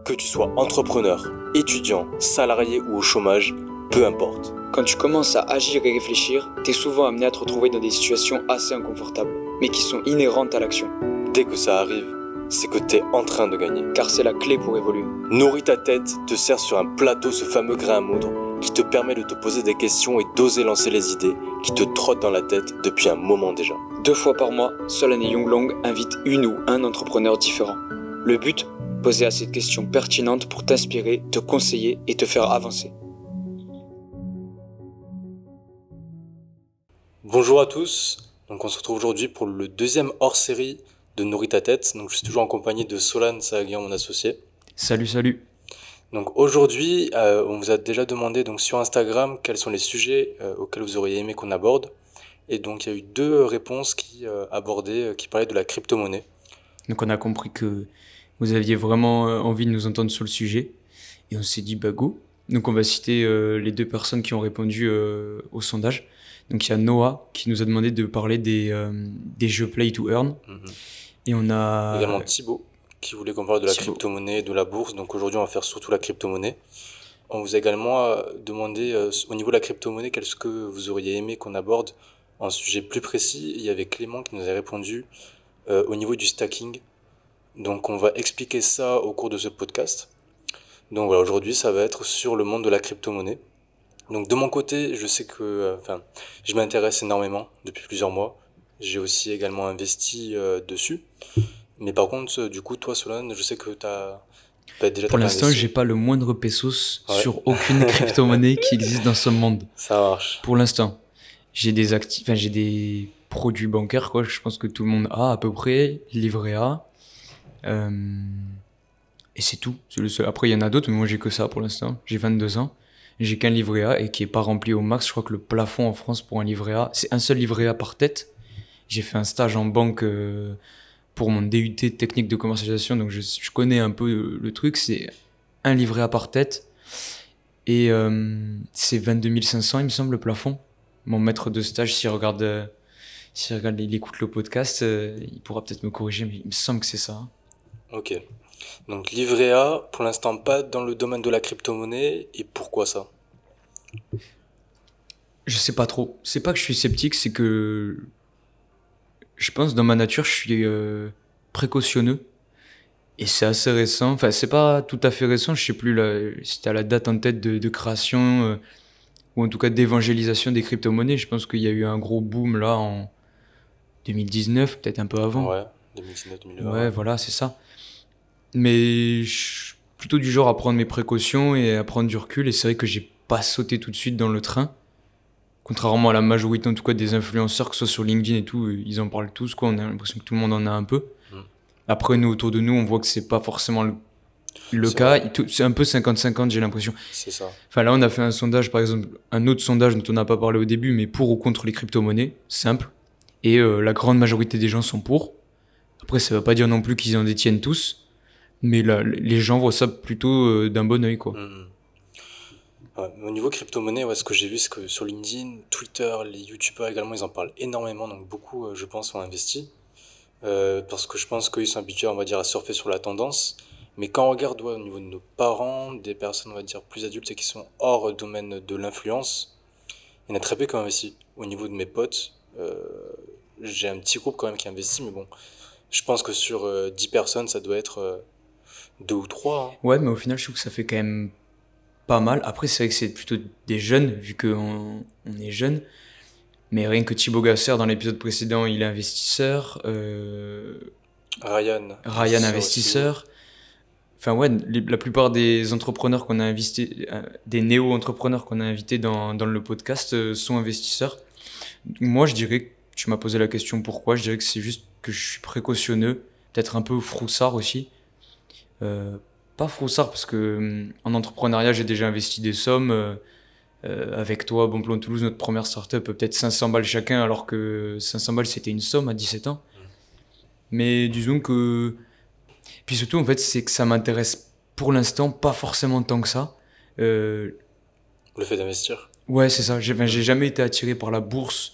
Que tu sois entrepreneur, étudiant, salarié ou au chômage, peu importe. Quand tu commences à agir et réfléchir, t'es souvent amené à te retrouver dans des situations assez inconfortables, mais qui sont inhérentes à l'action. Dès que ça arrive, c'est que t'es en train de gagner. Car c'est la clé pour évoluer. Nourris ta tête te sert sur un plateau ce fameux grain à moudre qui te permet de te poser des questions et d'oser lancer les idées qui te trottent dans la tête depuis un moment déjà. 2 fois par mois, Solène et Younglong invitent une ou un entrepreneur différent. Le but, poser assez de questions pertinentes pour t'inspirer, te conseiller et te faire avancer. Bonjour à tous, donc on se retrouve aujourd'hui pour le deuxième hors-série de Nourris ta tête. Donc je suis toujours en compagnie de Solane Sahaguian, mon associé. Salut. Donc aujourd'hui, on vous a déjà demandé donc sur Instagram quels sont les sujets auxquels vous auriez aimé qu'on aborde. Et donc il y a eu 2 réponses qui parlaient de la crypto-monnaie. Donc on a compris que vous aviez vraiment envie de nous entendre sur le sujet. Et on s'est dit bah go. Donc on va citer les 2 personnes qui ont répondu au sondage. Donc il y a Noah qui nous a demandé de parler des jeux Play to Earn. Et on a également Thibaut qui voulait qu'on parle de la crypto-monnaie, de la bourse. Donc aujourd'hui, on va faire surtout la crypto-monnaie. On vous a également demandé, au niveau de la crypto-monnaie, qu'est-ce que vous auriez aimé qu'on aborde un sujet plus précis. Il y avait Clément qui nous a répondu au niveau du stacking. Donc on va expliquer ça au cours de ce podcast. Donc voilà, aujourd'hui, ça va être sur le monde de la crypto-monnaie. Donc de mon côté, je sais que je m'intéresse énormément depuis plusieurs mois. J'ai aussi également investi dessus. Mais par contre, du coup, toi, Solane, je sais que t'as déjà... Pour l'instant, j'ai pas le moindre pesos sur aucune crypto-monnaie qui existe dans ce monde. Ça marche. Pour l'instant, j'ai des produits bancaires, quoi. Je pense que tout le monde a à peu près, livret A. Et c'est tout. C'est le seul. Après, il y en a d'autres, mais moi, j'ai que ça pour l'instant. J'ai 22 ans. J'ai qu'un livret A et qui est pas rempli au max. Je crois que le plafond en France pour un livret A, c'est un seul livret A par tête. J'ai fait un stage en banque pour mon DUT technique de commercialisation, donc je connais un peu le truc. C'est un livret A par tête et c'est 22 500, il me semble, le plafond. Mon maître de stage, s'il il écoute le podcast, il pourra peut-être me corriger, mais il me semble que c'est ça. Ok. Donc livret A, pour l'instant pas dans le domaine de la crypto-monnaie, et pourquoi ça ? Je sais pas trop. C'est pas que je suis sceptique, c'est que je pense dans ma nature, je suis précautionneux. Et c'est assez récent. Enfin, c'est pas tout à fait récent. Je sais plus si t'as la date en tête de création ou en tout cas d'évangélisation des crypto-monnaies. Je pense qu'il y a eu un gros boom là en 2019, peut-être un peu avant. Ouais, 2019-2020. Ouais, voilà, c'est ça. Mais je suis plutôt du genre à prendre mes précautions et à prendre du recul. Et c'est vrai que j'ai pas sauté tout de suite dans le train. Contrairement à la majorité, en tout cas, des influenceurs, que ce soit sur LinkedIn et tout, ils en parlent tous, quoi. On a l'impression que tout le monde en a un peu. Après, nous, autour de nous, on voit que c'est pas forcément le cas. C'est un peu 50-50, j'ai l'impression. C'est ça. Enfin, là, on a fait un sondage, par exemple, un autre sondage dont on n'a pas parlé au début, mais pour ou contre les crypto-monnaies, simple. Et la grande majorité des gens sont pour. Après, ça veut pas dire non plus qu'ils en détiennent tous, mais là, les gens voient ça plutôt d'un bon œil, quoi. Ouais, au niveau crypto-monnaie, ce que j'ai vu, c'est que sur LinkedIn, Twitter, les youtubeurs également, ils en parlent énormément, donc beaucoup, je pense, ont investi. Parce que je pense qu'ils sont habitués, on va dire, à surfer sur la tendance. Mais quand on regarde au niveau de nos parents, des personnes, on va dire, plus adultes et qui sont hors domaine de l'influence, il y en a très peu qui ont investi. Au niveau de mes potes, j'ai un petit groupe quand même qui investit, mais bon, je pense que sur 10 personnes, ça doit être 2 ou 3. Hein. Ouais, mais au final, je trouve que ça fait quand même pas mal. Après, c'est vrai que c'est plutôt des jeunes, vu qu'on est jeunes. Mais rien que Thibaut Gasser, dans l'épisode précédent, il est investisseur. Ryan investisseur. Aussi. Enfin ouais, la plupart des entrepreneurs qu'on a invités, des néo-entrepreneurs qu'on a invités dans le podcast sont investisseurs. Moi, je dirais que tu m'as posé la question pourquoi. Je dirais que c'est juste que je suis précautionneux, peut-être un peu froussard aussi. Pas froussard parce que en entrepreneuriat, j'ai déjà investi des sommes. Avec toi, Bonplon Toulouse, notre première startup, peut-être 500 balles chacun, alors que 500 balles, c'était une somme à 17 ans. Mais disons que... Puis surtout, en fait, c'est que ça m'intéresse pour l'instant pas forcément tant que ça. Le fait d'investir ? Ouais, c'est ça. J'ai jamais été attiré par la bourse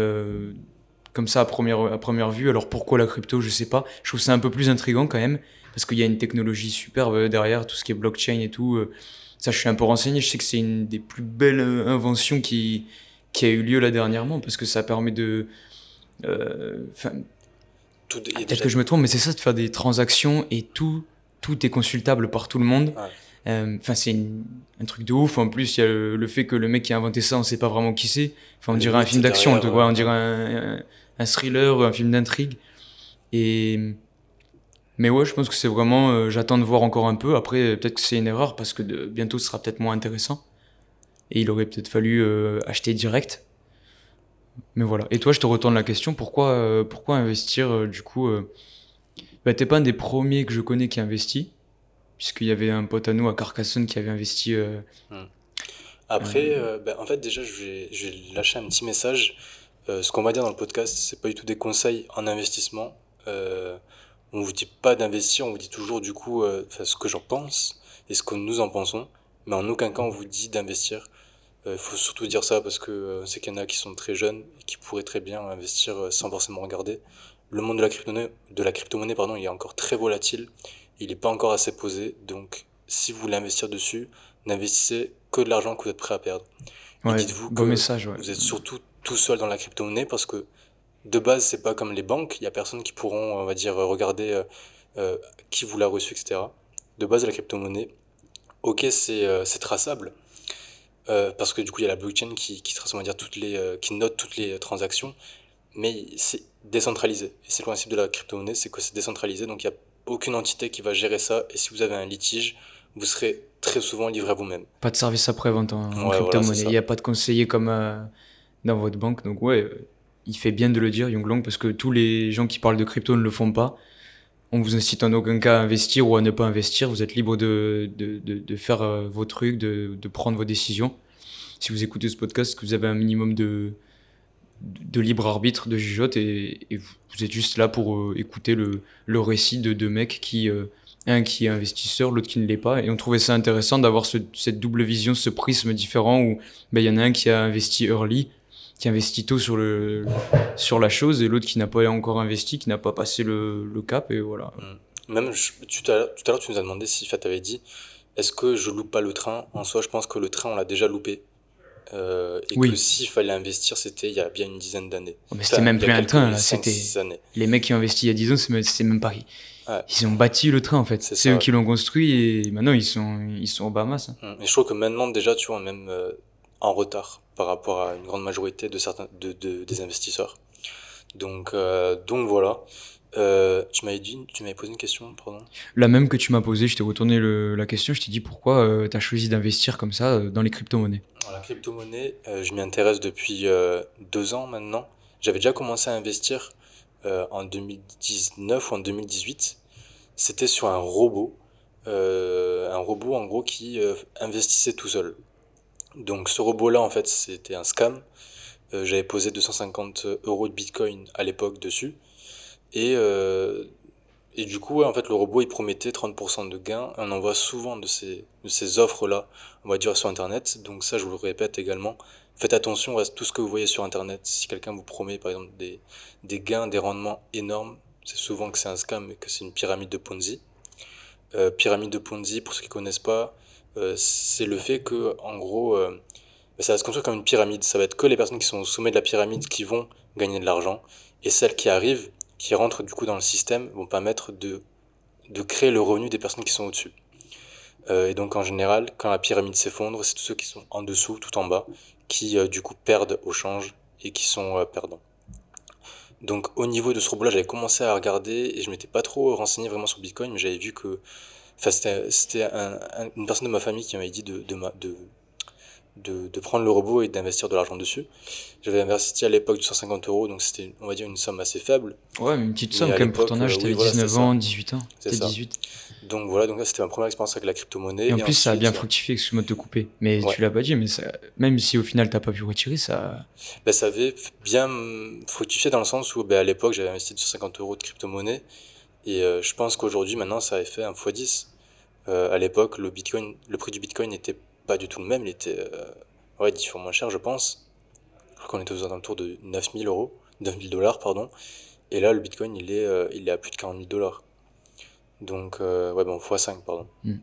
comme ça à première vue. Alors pourquoi la crypto, je sais pas. Je trouve ça un peu plus intriguant quand même. parce qu'il y a une technologie superbe derrière, tout ce qui est blockchain et tout. Ça, je suis un peu renseigné. Je sais que c'est une des plus belles inventions qui a eu lieu là dernièrement, parce que ça permet de... Enfin, peut-être que je me trompe, mais c'est ça, de faire des transactions et tout est consultable par tout le monde. Enfin, c'est un truc de ouf. En plus, il y a le fait que le mec qui a inventé ça, on sait pas vraiment qui c'est. Enfin, on dirait un film d'action, on dirait un thriller, un film d'intrigue. Mais ouais, je pense que c'est vraiment... j'attends de voir encore un peu. Après, peut-être que c'est une erreur, parce que bientôt, ce sera peut-être moins intéressant. Et il aurait peut-être fallu acheter direct. Mais voilà. Et toi, je te retourne la question. Pourquoi investir, du coup t'es pas un des premiers que je connais qui investit, puisqu'il y avait un pote à nous à Carcassonne qui avait investi... Après, en fait, déjà, je vais lâcher un petit message. Ce qu'on va dire dans le podcast, c'est pas du tout des conseils en investissement. On vous dit pas d'investir, on vous dit toujours du coup ce que j'en pense et ce que nous en pensons. Mais en aucun cas on vous dit d'investir. Il faut surtout dire ça parce que c'est qu'il y en a qui sont très jeunes et qui pourraient très bien investir sans forcément regarder. Le monde de la crypto-monnaie, pardon, il est encore très volatile. Il n'est pas encore assez posé. Donc, si vous voulez investir dessus, n'investissez que de l'argent que vous êtes prêt à perdre. Et dites-vous que message, vous êtes surtout tout seul dans la crypto-monnaie parce que de base, c'est pas comme les banques. Il y a personne qui pourront, on va dire, regarder qui vous l'a reçu, etc. De base, la crypto-monnaie, ok, c'est traçable. Parce que du coup il y a la blockchain qui trace, on va dire, qui note toutes les transactions, mais c'est décentralisé. Et c'est le principe de la crypto-monnaie, c'est que c'est décentralisé, donc il n'y a aucune entité qui va gérer ça, et si vous avez un litige, vous serez très souvent livré à vous-même. Pas de service après-vente en crypto-monnaie, il n'y a pas de conseiller comme dans votre banque, donc ouais, il fait bien de le dire, Yonglong, parce que tous les gens qui parlent de crypto ne le font pas. On vous incite en aucun cas à investir ou à ne pas investir. Vous êtes libre de faire vos trucs, de prendre vos décisions. Si vous écoutez ce podcast, que vous avez un minimum de libre arbitre, de jugeote, et vous êtes juste là pour écouter le récit de deux mecs un qui est investisseur, l'autre qui ne l'est pas. Et on trouvait ça intéressant d'avoir cette double vision, ce prisme différent où y en a un qui a investi early, qui investit tôt sur la chose, et l'autre qui n'a pas encore investi, qui n'a pas passé le cap, et voilà. Même tout à l'heure tu nous as demandé si Fat avait dit est-ce que je loupe pas le train. En soi, je pense que le train on l'a déjà loupé, et que s'il fallait investir, c'était il y a bien une dizaine d'années. Mais c'était même plus un train là, c'était les mecs qui ont investi il y a 10 ans, c'est même pas... Ils ont bâti le train en fait, c'est eux qui l'ont construit, et maintenant ils sont au Bahamas. Et je trouve que maintenant déjà tu vois, même en retard par rapport à une grande majorité de certains des investisseurs. Donc voilà. Tu m'avais posé une question, pardon. La même que tu m'as posée, je t'ai retourné la question, je t'ai dit pourquoi tu as choisi d'investir comme ça dans les crypto-monnaies. La crypto-monnaie, je m'y intéresse depuis 2 ans maintenant. J'avais déjà commencé à investir en 2019 ou en 2018. C'était sur un robot en gros qui investissait tout seul. Donc ce robot-là, en fait, c'était un scam. J'avais posé 250 € de Bitcoin à l'époque dessus. Et du coup, en fait, le robot, il promettait 30% de gains. On en voit souvent de ces offres-là, on va dire, sur Internet. Donc ça, je vous le répète également. Faites attention à tout ce que vous voyez sur Internet. Si quelqu'un vous promet, par exemple, des gains, des rendements énormes, c'est souvent que c'est un scam et que c'est une pyramide de Ponzi. Pyramide de Ponzi, pour ceux qui connaissent pas, c'est le fait que, en gros, ça va se construire comme une pyramide. Ça va être que les personnes qui sont au sommet de la pyramide qui vont gagner de l'argent, et celles qui arrivent, qui rentrent du coup dans le système, vont permettre de créer le revenu des personnes qui sont au-dessus. Et donc en général, quand la pyramide s'effondre, c'est tous ceux qui sont en dessous, tout en bas, qui du coup perdent au change et qui sont perdants. Donc au niveau de ce robot-là, j'avais commencé à regarder et je m'étais pas trop renseigné vraiment sur Bitcoin, mais j'avais vu que, enfin c'était une personne de ma famille qui m'avait dit de prendre le robot et d'investir de l'argent dessus. J'avais investi à l'époque de 150 €, donc c'était, on va dire, une somme assez faible. Ouais, mais une petite somme quand même pour ton âge, t'avais 19 ans, 18 ans, c'était 18. Donc voilà, donc là c'était ma première expérience avec la crypto-monnaie. Et en plus, ensuite, ça a bien fructifié, excuse-moi de te couper. Mais tu l'as pas dit, mais ça, même si au final t'as pas pu retirer, ça... ça avait bien fructifié dans le sens où à l'époque j'avais investi 250 € de crypto-monnaie, et je pense qu'aujourd'hui maintenant ça avait fait un x10. À l'époque, le prix du Bitcoin n'était pas du tout le même, il était 10 fois moins cher, je pense. Alors qu'on était aux alentours de 9000 $, pardon. Et là, le Bitcoin, il est à plus de 40 000 $. Donc, ouais, bon, x5, pardon. Mm.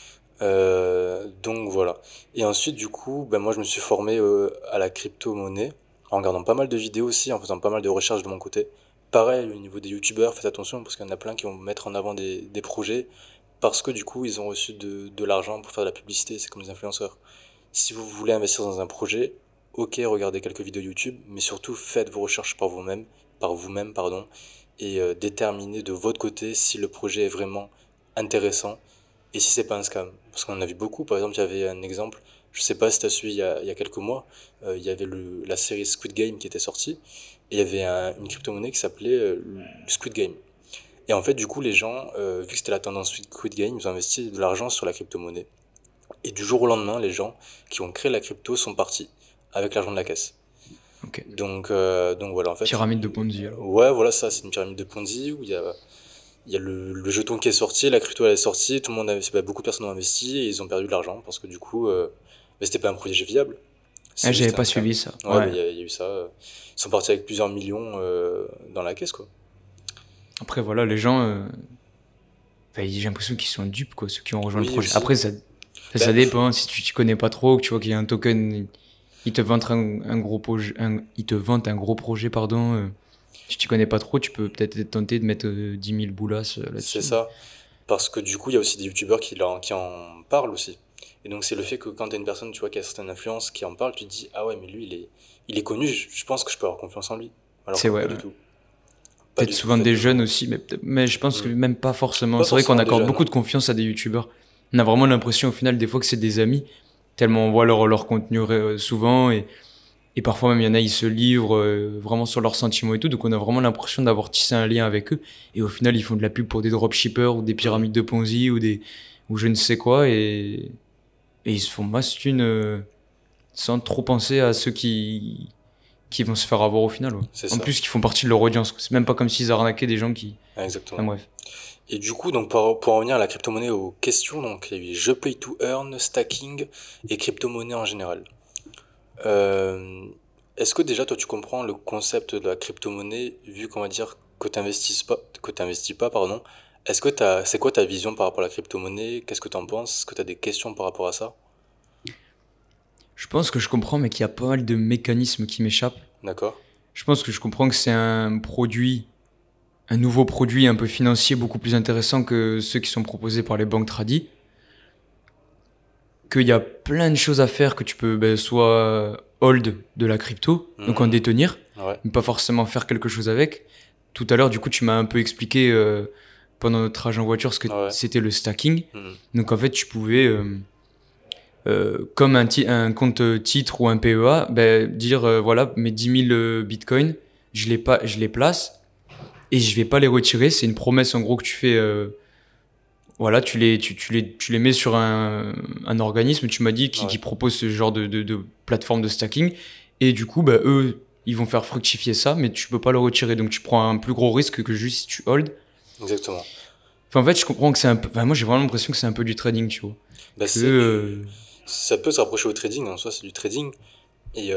Donc voilà. Et ensuite, du coup, ben moi, je me suis formé à la crypto-monnaie en regardant pas mal de vidéos aussi, en faisant pas mal de recherches de mon côté. Pareil, au niveau des youtubeurs, faites attention parce qu'il y en a plein qui vont mettre en avant des projets parce que du coup, ils ont reçu de l'argent pour faire de la publicité. C'est comme les influenceurs. Si vous voulez investir dans un projet, ok, regardez quelques vidéos YouTube, mais surtout faites vos recherches par vous-même, pardon, et déterminez de votre côté si le projet est vraiment intéressant et si c'est pas un scam. Parce qu'on en a vu beaucoup. Par exemple, il y avait un exemple, je sais pas si tu as suivi il y a quelques mois, il y avait la série Squid Game qui était sortie et il y avait une crypto-monnaie qui s'appelait le Squid Game. Et en fait, du coup, les gens, vu que c'était la tendance Squid Game, ils ont investi de l'argent sur la crypto-monnaie. Et du jour au lendemain, les gens qui ont créé la crypto sont partis avec l'argent de la caisse. Ok. Donc voilà, en fait. Pyramide de Ponzi, alors. Ouais, voilà, ça, c'est une pyramide de Ponzi où il y a le jeton qui est sorti, la crypto elle est sortie, tout le monde beaucoup de personnes ont investi et ils ont perdu de l'argent parce que du coup, c'était pas un projet viable. Ah, j'avais C'était pas un scam. suivi ça. Ouais, bah, Ouais. il y a eu ça. Ils sont partis avec plusieurs millions dans la caisse, quoi. Après, voilà, les gens, enfin, j'ai l'impression qu'ils sont dupes, quoi, ceux qui ont rejoint le Oui, projet. aussi. Après, ça Ben, dépend. Si tu t'y connais pas trop, que tu vois qu'il y a un token, ils te vendent un gros projet, ils te vendent un gros projet, pardon. Si tu t'y connais pas trop, tu peux peut-être être tenté de mettre 10 000 boulasses c'est là-dessus. ça. Parce que du coup, il y a aussi des youtubeurs qui en parlent aussi. Et donc, c'est le fait que quand t'as une personne, tu vois, qui a certaines influences, qui en parle, tu te dis, ah ouais, mais lui, il est connu, je pense que je peux avoir confiance en lui. Alors C'est que ouais, pas ouais. du tout. Pas Peut-être du tout, souvent faites des jeunes toujours. aussi, mais je pense que Hmm. même pas forcément. Pas C'est vrai qu'on forcément des accorde jeunes, beaucoup hein. de confiance à des youtubeurs. On a vraiment l'impression au final des fois que c'est des amis, tellement on voit leur contenu souvent et parfois même il y en a ils se livrent vraiment sur leurs sentiments et tout, donc on a vraiment l'impression d'avoir tissé un lien avec eux et au final ils font de la pub pour des dropshippers ou des Hmm. pyramides de Ponzi ou je ne sais quoi et ils se font masse thune sans trop penser à ceux qui vont se faire avoir au final. Ouais. C'est En ça. plus qui font partie de leur audience, quoi. C'est même pas comme s'ils arnaquaient des gens qui. Ah, Enfin exactement. bref. Et du coup, donc pour en revenir à la crypto-monnaie, aux questions, donc il y a eu jeux play to earn, stacking et crypto-monnaie en général. Euh, Est-ce que déjà toi tu comprends le concept de la crypto-monnaie vu qu'on va dire que t'investis pas, pardon. C'est quoi ta vision par rapport à la crypto-monnaie? Qu'est-ce que t'en penses? Est-ce que t'as des questions par rapport à ça? Je pense que je comprends, mais qu'il y a pas mal de mécanismes qui m'échappent. D'accord? Je pense que je comprends que c'est un produit, un nouveau produit un peu financier beaucoup plus intéressant que ceux qui sont proposés par les banques tradies. Qu'il y a plein de choses à faire, que tu peux soit hold de la crypto, donc en Mhm. détenir, Ouais, mais pas forcément faire quelque chose avec. Tout à l'heure, du coup, tu m'as un peu expliqué pendant notre trajet en voiture ce que ouais. c'était le stacking. Mhm. Donc en fait, tu pouvais, comme un compte titre ou un PEA, dire voilà, mes 10 000 bitcoins, je les place et je vais pas les retirer. C'est une promesse en gros que tu fais. Voilà, tu les mets sur un organisme, tu m'as dit, Ouais, qui propose ce genre de plateforme de stacking. Et du coup, eux, ils vont faire fructifier ça, mais tu peux pas le retirer. Donc tu prends un plus gros risque que juste si tu hold. exactement. Enfin, en fait, je comprends que c'est un peu. Enfin, moi, j'ai vraiment l'impression que c'est un peu du trading, tu vois. Bah, Que. c'est du... Ça peut se rapprocher au trading, en soi c'est du trading. Et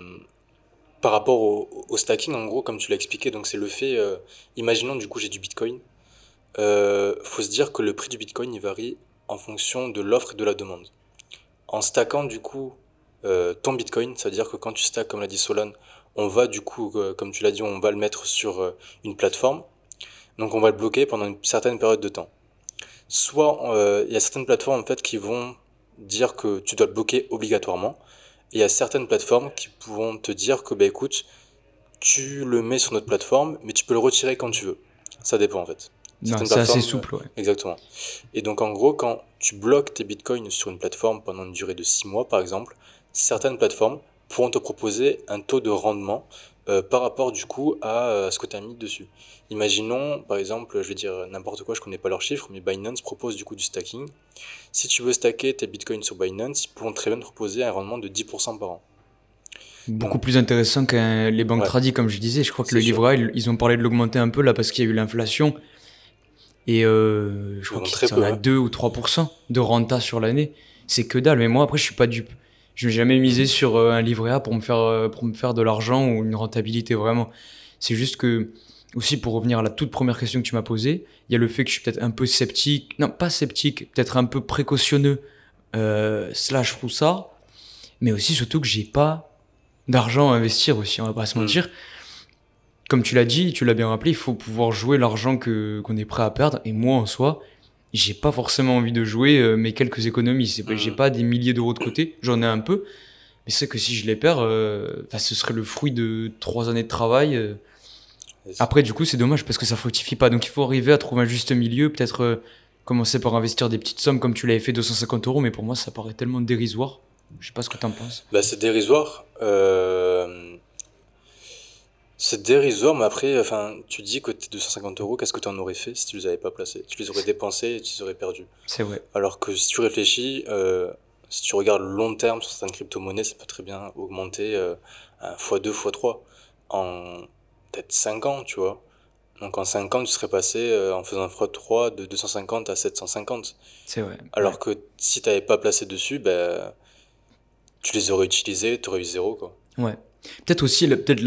par rapport au stacking, en gros, comme tu l'as expliqué, donc c'est le fait, imaginons du coup j'ai du Bitcoin. Faut se dire que le prix du Bitcoin il varie en fonction de l'offre et de la demande. En stackant du coup ton Bitcoin, c'est-à-dire que quand tu stacks comme l'a dit Solane, on va du coup, comme tu l'as dit, on va le mettre sur une plateforme. Donc on va le bloquer pendant une certaine période de temps. Soit il y a certaines plateformes en fait qui vont dire que tu dois le bloquer obligatoirement. Et il y a certaines plateformes qui pourront te dire que bah écoute, tu le mets sur notre plateforme, mais tu peux le retirer quand tu veux. Ça dépend en fait. Non, Certaines c'est assez plateformes, souple, ouais. exactement. Et donc en gros, quand tu bloques tes bitcoins sur une plateforme pendant une durée de 6 mois par exemple, certaines plateformes pourront te proposer un taux de rendement par rapport du coup à ce que tu as mis dessus. Imaginons par exemple, je vais dire n'importe quoi, je connais pas leurs chiffres, mais Binance propose du coup du stacking. Si tu veux stacker tes bitcoins sur Binance, ils pourront très bien te proposer un rendement de 10% par an. Beaucoup Donc, plus intéressant que les banques ouais, tradies, comme je disais. Je crois que le c'est sûr. livret A, ils ont parlé de l'augmenter un peu là parce qu'il y a eu l'inflation. Et je Ils crois augmentent qu'il très y en peu, a hein. 2 ou 3% de renta sur l'année. C'est que dalle. Mais moi, après, je suis pas dupe. Je vais jamais miser Mhm. sur un livret A pour me faire de l'argent ou une rentabilité vraiment. C'est juste que aussi pour revenir à la toute première question que tu m'as posée, il y a le fait que je suis peut-être un peu sceptique, non pas sceptique, peut-être un peu précautionneux, slash froussard, mais aussi surtout que j'ai pas d'argent à investir aussi, on va pas se mentir. Comme tu l'as dit, tu l'as bien rappelé, il faut pouvoir jouer l'argent qu'on est prêt à perdre. Et moi, en soi, j'ai pas forcément envie de jouer mes quelques économies. J'ai pas des milliers d'euros de côté, j'en ai un peu. Mais c'est que si je les perds, ce serait le fruit de 3 années de travail. Après, du coup, c'est dommage parce que ça fructifie pas. Donc, il faut arriver à trouver un juste milieu. Peut-être commencer par investir des petites sommes comme tu l'avais fait, 250 euros. Mais pour moi, ça paraît tellement dérisoire. Je sais pas ce que t'en penses. Bah, c'est dérisoire. C'est dérisoire, mais après, enfin, tu dis que tes 250 euros, qu'est-ce que tu en aurais fait si tu les avais pas placés? Tu les aurais dépensés et tu les aurais perdus. C'est vrai. Alors que si tu réfléchis, si tu regardes le long terme sur certaines crypto-monnaies, ça peut très bien augmenter à x2, x3 en peut-être 5 ans, tu vois. Donc en 5 ans, tu serais passé en faisant un x3 de 250 à 750. C'est vrai. Alors Ouais. que si t'avais pas placé dessus, ben, tu les aurais utilisés, t'aurais eu zéro, quoi. Ouais. Peut-être aussi,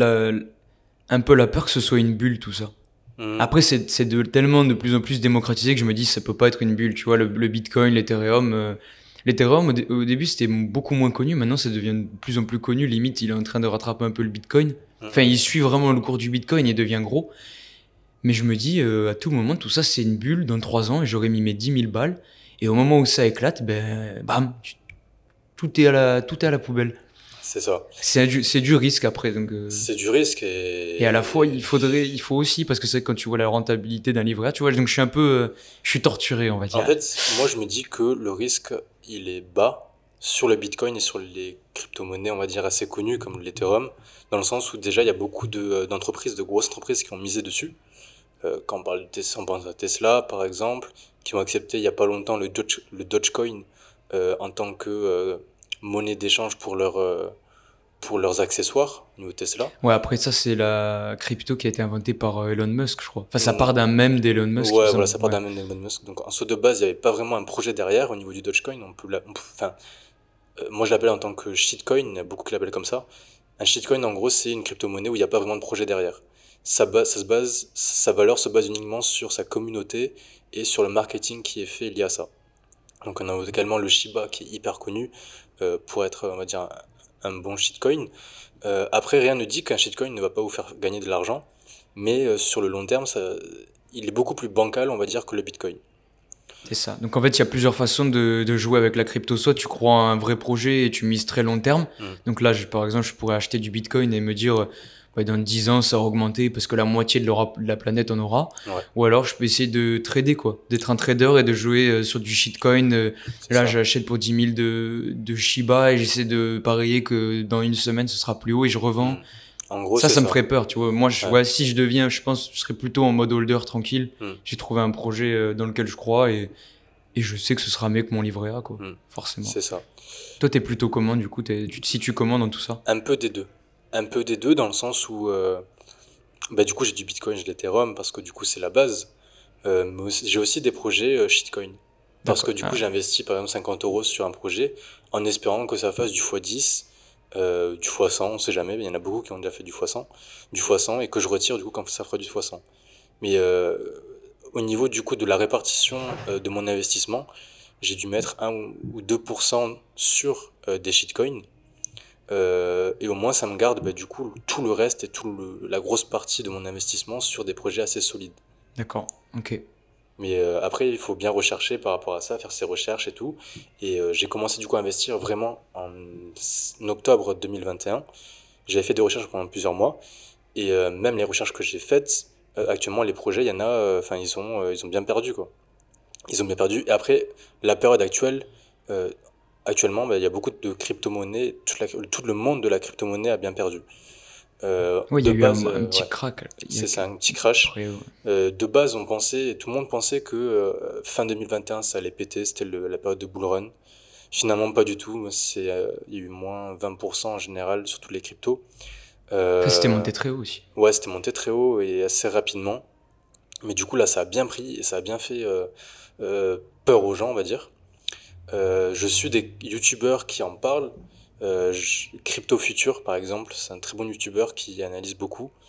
un peu la peur que ce soit une bulle, tout ça. Mhm. Après, c'est tellement de plus en plus démocratisé que je me dis, ça peut pas être une bulle. Tu vois, le Bitcoin, l'Ethereum. L'Ethereum, au début, c'était beaucoup moins connu. Maintenant, ça devient de plus en plus connu. Limite, il est en train de rattraper un peu le Bitcoin. Enfin, il suit vraiment le cours du Bitcoin et devient gros. Mais je me dis, à tout moment, tout ça, c'est une bulle dans 3 ans et j'aurais mis mes 10 000 balles. Et au moment où ça éclate, ben, bam, tout est à la poubelle. C'est ça. C'est du risque après. Donc, C'est du risque et à la fois, il faut aussi, parce que c'est quand tu vois la rentabilité d'un livret A, tu vois, donc je suis un peu, je suis torturé, on va En dire. fait, moi je me dis que le risque, il est bas sur le Bitcoin et sur les crypto-monnaies, on va dire, assez connues comme l'Ethereum, dans le sens où déjà il y a beaucoup d'entreprises, de grosses entreprises qui ont misé dessus. Quand on parle de Tesla, on pense à Tesla par exemple, qui ont accepté il y a pas longtemps le Dogecoin en tant que monnaie d'échange pour leurs accessoires au niveau Tesla. Ouais, après ça, c'est la crypto qui a été inventée par Elon Musk, je crois. Enfin, ça Mm. part d'un mème d'Elon Musk, il me Ouais, voilà, semble. ça part Ouais. d'un même Elon Musk. Donc en saut de base, il n'y avait pas vraiment un projet derrière au niveau du Dogecoin. Enfin, moi je l'appelle en tant que shitcoin, il y a beaucoup qui l'appellent comme ça. Un shitcoin, en gros, c'est une crypto-monnaie où il n'y a pas vraiment de projet derrière. Sa valeur se base uniquement sur sa communauté et sur le marketing qui est fait lié à ça. Donc on a également le Shiba qui est hyper connu pour être, on va dire, un bon shitcoin. Après, rien ne dit qu'un shitcoin ne va pas vous faire gagner de l'argent, mais sur le long terme, il est beaucoup plus bancal, on va dire, que le Bitcoin. C'est ça. Donc en fait, il y a plusieurs façons de jouer avec la crypto. Soit tu crois à un vrai projet et tu mises très long terme. Mm. Donc là, par exemple, je pourrais acheter du Bitcoin et me dire, ouais, dans 10 ans, ça va augmenter parce que la moitié de la planète en aura. Ouais, Ou alors, je peux essayer de trader, quoi. D'être un trader et de jouer sur du shitcoin. c'est Là, ça. j'achète pour 10 000 de Shiba et j'essaie de parier que dans une semaine, ce sera plus haut et je revends. Mm. En gros, Ça, c'est ça me ça. ferait peur, tu vois. Moi, Ouais. ouais, si je deviens, je pense, je serais plutôt en mode holder tranquille. Mm. J'ai trouvé un projet dans lequel je crois et je sais que ce sera mieux que mon livret A, quoi. Mm. Forcément. C'est ça. Toi, t'es plutôt comment, du coup? Tu te situes comment dans tout ça? Un peu des deux. Un peu des deux dans le sens où, bah, du coup, j'ai du Bitcoin, j'ai de l'Ethereum parce que du coup, c'est la base. Mais j'ai aussi des projets shitcoin. Parce que D'accord. du coup, j'ai investi par exemple 50 euros sur un projet en espérant que ça fasse du x10, du x100, on sait jamais. Il y en a beaucoup qui ont déjà fait du x100 et que je retire du coup quand ça fera du x100. Mais au niveau du coup de la répartition de mon investissement, j'ai dû mettre 1 ou 2% sur des shitcoins. Et au moins, ça me garde bah, du coup tout le reste et la grosse partie de mon investissement sur des projets assez solides. D'accord. Ok. Mais après, il faut bien rechercher par rapport à ça, faire ses recherches et tout. Et j'ai commencé du coup à investir vraiment en octobre 2021. J'avais fait des recherches pendant plusieurs mois. Et même les recherches que j'ai faites, actuellement, les projets, il y en a, enfin, ils ont bien perdu, quoi. Ils ont bien perdu. Et après, la période actuelle, euh, actuellement, bah, il y a beaucoup de crypto-monnaies. Tout le monde de la crypto-monnaie a bien perdu. Ouais, il y De a eu base, un petit ouais, crack. c'est ça, un petit crash. Après, De base, tout le monde pensait que fin 2021, ça allait péter, c'était la période de bull run. Finalement, pas du tout. Il y a eu moins 20% en général sur toutes les cryptos. après, c'était Euh, monté très haut aussi. ouais, c'était monté très haut et assez rapidement. Mais du coup, là, ça a bien pris et ça a bien fait peur aux gens, on va dire. Je suis des youtubeurs qui en parlent. Crypto Future, par exemple, c'est un très bon youtubeur qui analyse beaucoup.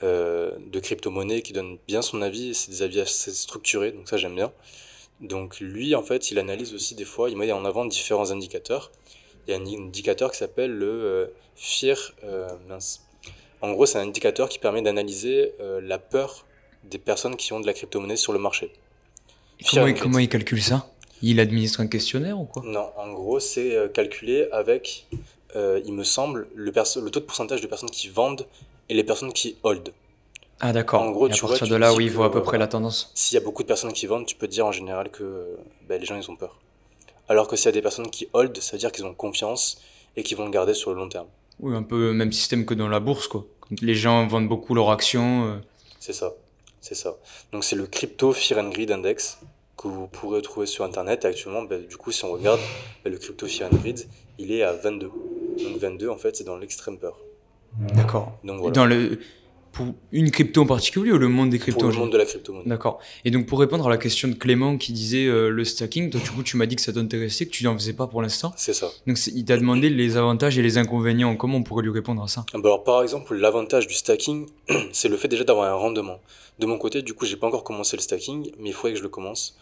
de crypto-monnaie qui donne bien son avis, et c'est des avis assez structurés, donc ça j'aime bien. Donc lui, en fait, il analyse aussi des fois, il met en avant différents indicateurs. Il y a un indicateur qui s'appelle le FIR, mince. En gros, c'est un indicateur qui permet d'analyser la peur des personnes qui ont de la crypto-monnaie sur le marché. Et Fear and comment Greed. il calcule ça? Il administre un questionnaire ou quoi? Non, en gros, c'est calculé avec, il me semble, le taux de pourcentage de personnes qui vendent et les personnes qui hold. Ah En d'accord. gros, Et à tu vois, partir tu de te là, dis oui, il que voit à peu près voilà, la tendance. s'il y a beaucoup de personnes qui vendent, tu peux te dire en général que les gens, ils ont peur. Alors que s'il y a des personnes qui hold, ça veut dire qu'ils ont confiance et qu'ils vont le garder sur le long terme. Oui, un peu même système que dans la bourse, quoi. Quand les gens vendent beaucoup leurs actions. C'est ça, c'est ça. Donc c'est le Crypto Fear and Greed Index que vous pourrez trouver sur Internet. Et actuellement, du coup, si on regarde, le Crypto Fear and Greed, il est à 22. Donc 22, en fait, c'est dans l'extrême peur. D'accord. Donc Et voilà, dans pour une crypto en particulier ou le monde des pour cryptos en le général? monde de la crypto-monnaie. D'accord. Et donc pour répondre à la question de Clément qui disait le stacking, toi du coup tu m'as dit que ça t'intéressait, que tu n'en faisais pas pour l'instant. C'est ça. Donc il t'a demandé les avantages et les inconvénients. Comment on pourrait lui répondre à ça? Alors par exemple, l'avantage du stacking, c'est le fait déjà d'avoir un rendement. De mon côté, du coup, j'ai pas encore commencé le stacking, mais il faudrait que je le commence.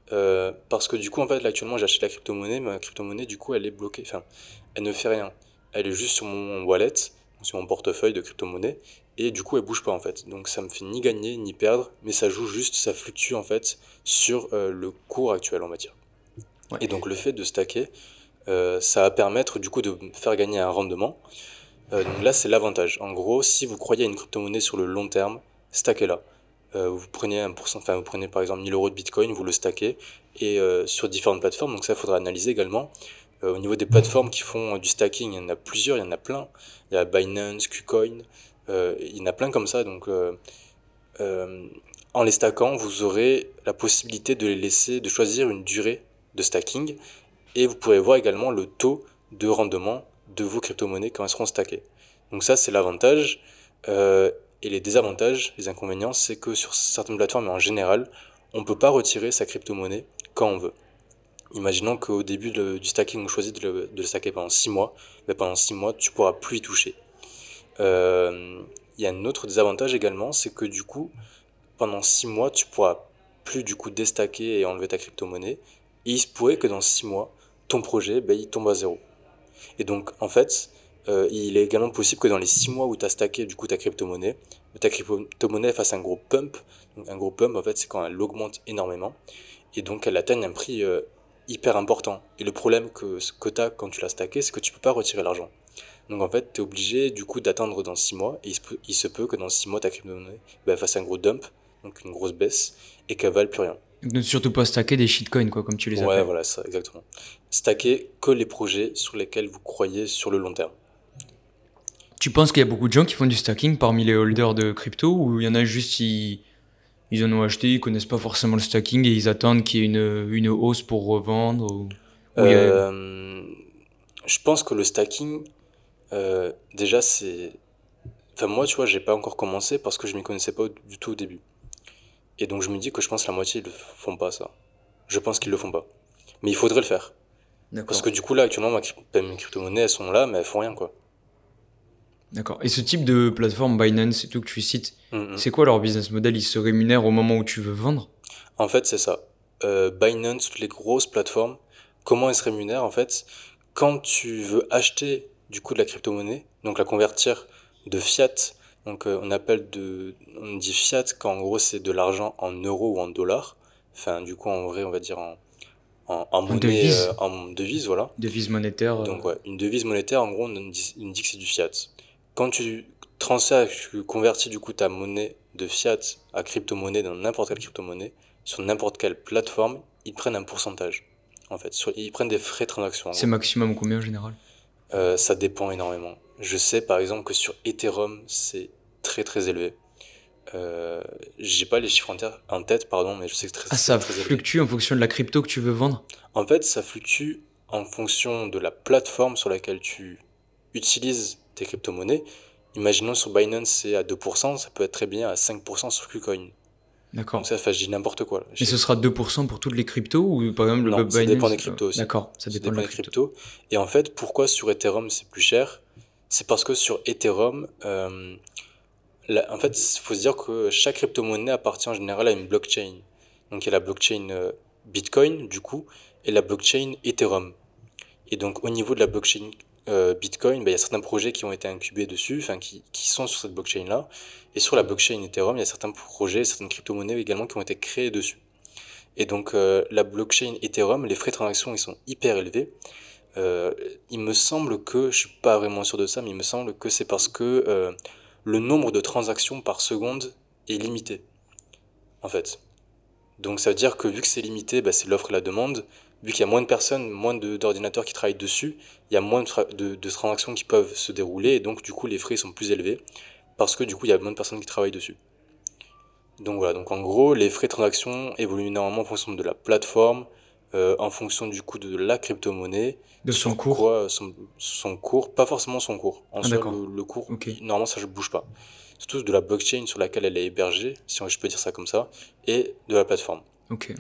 Parce que du coup, en fait, là, actuellement, j'ai acheté la crypto-monnaie, mais ma crypto-monnaie, du coup, elle est bloquée. Enfin, elle ne fait rien. Elle est juste sur mon wallet, sur mon portefeuille de crypto-monnaie, et du coup, elle bouge pas, en fait. Donc, ça me fait ni gagner, ni perdre, mais ça joue juste, ça fluctue, en fait, sur le cours actuel, on va dire. Ouais. Et donc, le fait de stacker, ça va permettre, du coup, de me faire gagner un rendement. Donc là, c'est l'avantage. En gros, si vous croyez à une crypto-monnaie sur le long terme, stackez-la. Vous prenez vous prenez par exemple 1000 € de Bitcoin, vous le stackez, et sur différentes plateformes. Donc ça, il faudra analyser également. Au niveau des plateformes qui font du stacking, il y en a plusieurs, il y en a plein. Il y a Binance, KuCoin, il y en a plein comme ça. Donc en les stackant, vous aurez la possibilité de les laisser, de choisir une durée de stacking, et vous pourrez voir également le taux de rendement de vos crypto-monnaies quand elles seront stackées. Donc ça, c'est l'avantage. Et les désavantages, les inconvénients, c'est que sur certaines plateformes, et en général, on ne peut pas retirer sa crypto-monnaie quand on veut. Imaginons qu'au début du stacking, on choisit de le stacker pendant 6 mois. Mais pendant 6 mois, tu ne pourras plus y toucher. Il y a un autre désavantage également, c'est que du coup, pendant 6 mois, tu ne pourras plus du coup déstacker et enlever ta crypto-monnaie. Et il se pourrait que dans 6 mois, ton projet, il tombe à zéro. Et donc, en fait, il est également possible que dans les 6 mois où tu as stacké du coup ta crypto-monnaie fasse un gros pump. Donc, un gros pump, en fait, c'est quand elle augmente énormément. Et donc, elle atteigne un prix hyper important. Et le problème que tu as quand tu l'as stacké, c'est que tu peux pas retirer l'argent. Donc, en fait, tu es obligé du coup d'attendre dans 6 mois. Et il se peut que dans 6 mois, ta crypto-monnaie fasse un gros dump, donc une grosse baisse, et qu'elle vale plus rien. Donc ne surtout pas stacker des shitcoins, quoi, comme tu les Ouais, appelles. voilà, ça, exactement. Stacker que les projets sur lesquels vous croyez sur le long terme. Tu penses qu'il y a beaucoup de gens qui font du stacking parmi les holders de crypto ou il y en a juste ils en ont acheté, ils connaissent pas forcément le stacking et ils attendent qu'il y ait une hausse pour revendre ou il y a- Je pense que le stacking, déjà, c'est. Enfin, moi, tu vois, j'ai pas encore commencé parce que je m'y connaissais pas du tout au début. Et donc, je me dis que je pense que la moitié, ils le font pas, ça. Je pense qu'ils le font pas. Mais il faudrait le faire. Parce D'accord. que du coup, là, actuellement, mes crypto-monnaies, elles sont là, mais elles font rien, quoi. D'accord. Et ce type de plateforme Binance et tout que tu cites, Mhm. c'est quoi leur business model? Ils se rémunèrent au moment où tu veux vendre? En fait, c'est ça. Binance, toutes les grosses plateformes, comment elles se rémunèrent, en fait, quand tu veux acheter, du coup, de la crypto-monnaie, donc la convertir de fiat, donc on dit fiat quand en gros c'est de l'argent en euros ou en dollars, enfin du coup en vrai on va dire en monnaie, devise. en devise, voilà. Devise monétaire. Donc ouais, une devise monétaire en gros on dit que c'est du fiat. Quand tu transfères, tu convertis du coup ta monnaie de fiat à crypto-monnaie dans n'importe quelle crypto-monnaie, sur n'importe quelle plateforme, ils prennent un pourcentage. En fait, ils prennent des frais de transaction. C'est maximum combien en général? Ça dépend énormément. Je sais par exemple que sur Ethereum, c'est très très élevé. J'ai pas les chiffres en tête, pardon, mais je sais que Ah, c'est ça très élevé. fluctue en fonction de la crypto que tu veux vendre? En fait, ça fluctue en fonction de la plateforme sur laquelle tu utilises tes crypto-monnaies. Imaginons sur Binance, c'est à 2%, ça peut être très bien à 5% sur KuCoin. D'accord. Donc ça, enfin, je dis n'importe quoi, là. Et ce sera 2% pour toutes les cryptos ou par exemple le Non, ça Binance? dépend des cryptos aussi. D'accord, ça dépend de la des crypto. cryptos. Et en fait, pourquoi sur Ethereum c'est plus cher? C'est parce que sur Ethereum, En fait, il faut se dire que chaque crypto-monnaie appartient en général à une blockchain. Donc il y a la blockchain Bitcoin, du coup, et la blockchain Ethereum. Et donc au niveau de la blockchain Bitcoin, bah, il y a certains projets qui ont été incubés dessus, enfin qui sont sur cette blockchain-là. Et sur la blockchain Ethereum, il y a certains projets, certaines crypto-monnaies également qui ont été créées dessus. Et donc la blockchain Ethereum, les frais de transaction, ils sont hyper élevés. Il me semble que, je suis pas vraiment sûr de ça, mais il me semble que c'est parce que le nombre de transactions par seconde est limité, en fait. Donc ça veut dire que vu que c'est limité, bah, c'est l'offre et la demande. Vu qu'il y a moins de personnes, d'ordinateurs qui travaillent dessus, il y a moins de transactions qui peuvent se dérouler, et donc du coup les frais sont plus élevés, parce que du coup il y a moins de personnes qui travaillent dessus. Donc voilà, donc en gros, les frais de transaction évoluent énormément en fonction de la plateforme, en fonction du coût de la crypto-monnaie, De son sur cours. quoi son cours, pas forcément son cours. En Ah, soi, d'accord. le cours, Ok. normalement ça ne bouge pas. Surtout de la blockchain sur laquelle elle est hébergée, si je peux dire ça comme ça, et de la plateforme. Ok.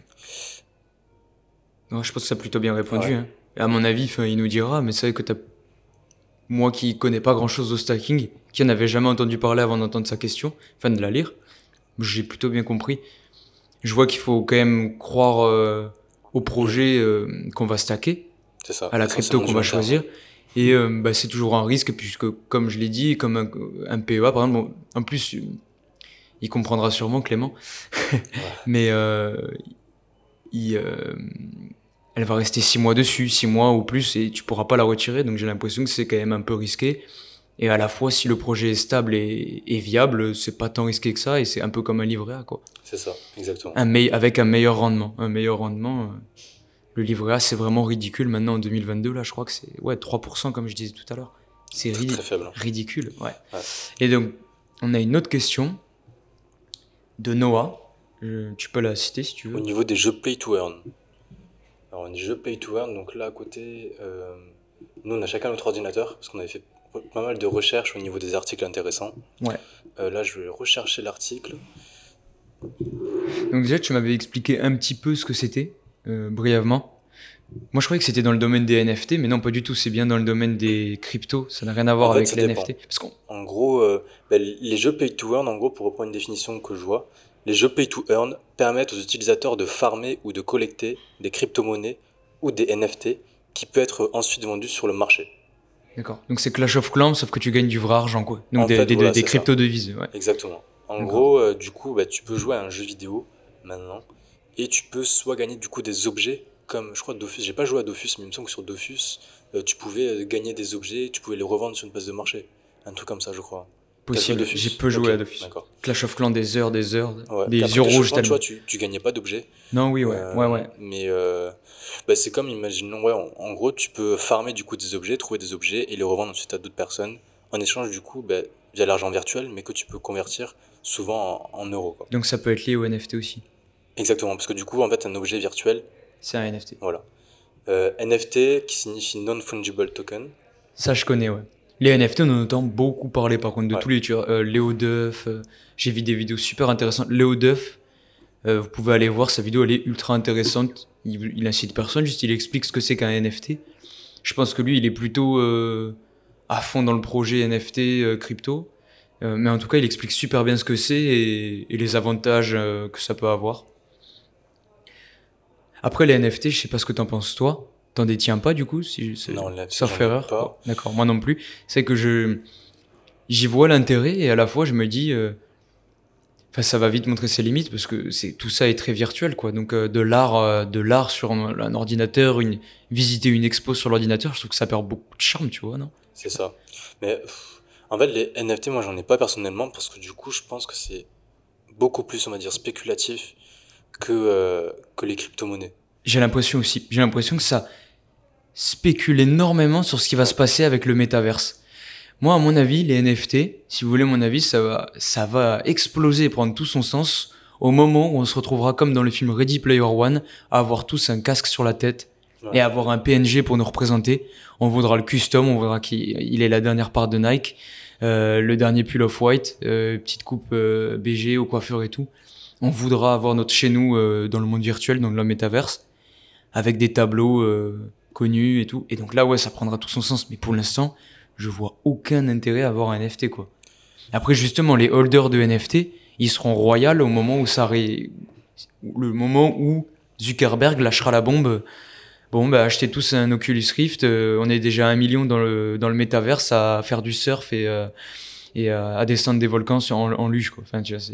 Non, je pense que ça a plutôt bien répondu. Ouais. Hein. Et à mon avis, il nous dira, mais c'est vrai que moi qui connais pas grand chose au stacking, qui en avait jamais entendu parler avant d'entendre sa question, enfin de la lire, j'ai plutôt bien compris. Je vois qu'il faut quand même croire au projet qu'on va stacker, C'est ça, à la crypto essentiellement qu'on du va long terme. choisir. Et bah, c'est toujours un risque, puisque comme je l'ai dit, comme un PEA par exemple, bon, en plus, il comprendra sûrement Clément, mais il, elle va rester 6 mois dessus, 6 mois ou plus, et tu pourras pas la retirer, donc j'ai l'impression que c'est quand même un peu risqué. Et à la fois, si le projet est stable et viable, c'est pas tant risqué que ça, et c'est un peu comme un livret A, quoi. C'est ça, exactement. Avec un meilleur rendement. Un meilleur rendement, le livret A, c'est vraiment ridicule maintenant en 2022, là, je crois que c'est 3%, comme je disais tout à l'heure. C'est Très faible. ridicule, ouais. Ouais. Et donc, on a une autre question de Noah. Tu peux la citer si tu veux. Au niveau des jeux Play to Earn. Alors, les jeux Play to Earn, donc là à côté, nous on a chacun notre ordinateur, parce qu'on avait fait pas mal de recherches au niveau des articles intéressants. Ouais. Là je vais rechercher l'article. Donc déjà, tu m'avais expliqué un petit peu ce que c'était, brièvement. Moi, je croyais que c'était dans le domaine des NFT, mais non, pas du tout. C'est bien dans le domaine des cryptos. Ça n'a rien à voir En fait, avec ça les dépend. NFT. Parce qu'on... En gros, les jeux Pay to Earn, en gros, pour reprendre une définition que je vois, les jeux Pay to Earn permettent aux utilisateurs de farmer ou de collecter des crypto-monnaies ou des NFT qui peut être ensuite vendus sur le marché. D'accord. Donc c'est Clash of Clans, sauf que tu gagnes du vrai argent, quoi. Donc En fait, voilà, des c'est ça. crypto-devises, ouais. Exactement. En D'accord. gros, du coup, tu peux jouer à un jeu vidéo maintenant et tu peux soit gagner du coup des objets comme je crois Dofus. J'ai pas joué à Dofus, mais il me semble que sur Dofus, tu pouvais gagner des objets, tu pouvais les revendre sur une place de marché, un truc comme ça, je crois. T'as joué à Possible. Dofus? J'ai peu joué Ok, à Dofus. d'accord. Clash of Clans, des heures, Ouais. des Après, yeux Clash of rouges Clans, tu vois, tellement. tu gagnais pas d'objets. Non, oui, ouais. Mais c'est comme, imaginons, en gros, tu peux farmer du coup des objets, trouver des objets et les revendre ensuite à d'autres personnes en échange du coup via l'argent virtuel, mais que tu peux convertir souvent en euros, quoi. Donc ça peut être lié au NFT aussi. Exactement, parce que du coup, en fait, un objet virtuel, C'est un NFT. voilà. NFT qui signifie Non-Fungible Token. Ça, je connais, ouais. Les NFT, on en entend beaucoup parler, par contre, de Ouais. tous les tueurs. Léo Duff, j'ai vu des vidéos super intéressantes. Léo Duff, vous pouvez aller voir sa vidéo, elle est ultra intéressante. Il incite personne, juste il explique ce que c'est qu'un NFT. Je pense que lui, il est plutôt à fond dans le projet NFT crypto. Mais en tout cas, il explique super bien ce que c'est et les avantages que ça peut avoir. Après, les NFT, je sais pas ce que t'en penses, toi. T'en détiens pas, du coup, Non, là-dessus, sauf j'en ai erreur. pas. Oh, d'accord, moi non plus. C'est que j'y vois l'intérêt et à la fois, je me dis, ça va vite montrer ses limites parce que tout ça est très virtuel, quoi. Donc, de l'art sur un ordinateur, visiter une expo sur l'ordinateur, je trouve que ça perd beaucoup de charme, tu vois, non? C'est ça. Mais en fait, les NFT, moi, j'en ai pas personnellement parce que du coup, je pense que c'est beaucoup plus, on va dire, spéculatif que les crypto-monnaies. J'ai l'impression aussi. J'ai l'impression que ça spécule énormément sur ce qui va se passer avec le métaverse. Moi, à mon avis, les NFT, si vous voulez mon avis, ça va exploser et prendre tout son sens au moment où on se retrouvera comme dans le film Ready Player One, à avoir tous un casque sur la tête Ouais. et avoir un PNG pour nous représenter. On voudra le custom, on voudra qu'il ait la dernière part de Nike, le dernier pull off-white, petite coupe BG au coiffeur et tout. On voudra avoir notre chez nous dans le monde virtuel, dans le métaverse, avec des tableaux connus et tout. Et donc là, ouais, ça prendra tout son sens. Mais pour l'instant, je vois aucun intérêt à avoir un NFT, quoi. Après, justement, les holders de NFT, ils seront royaux au moment où le moment où Zuckerberg lâchera la bombe. Bon, bah, achetez tous un Oculus Rift. On est déjà 1 million dans le métaverse à faire du surf et à descendre des volcans en luge, quoi. Enfin, tu vois,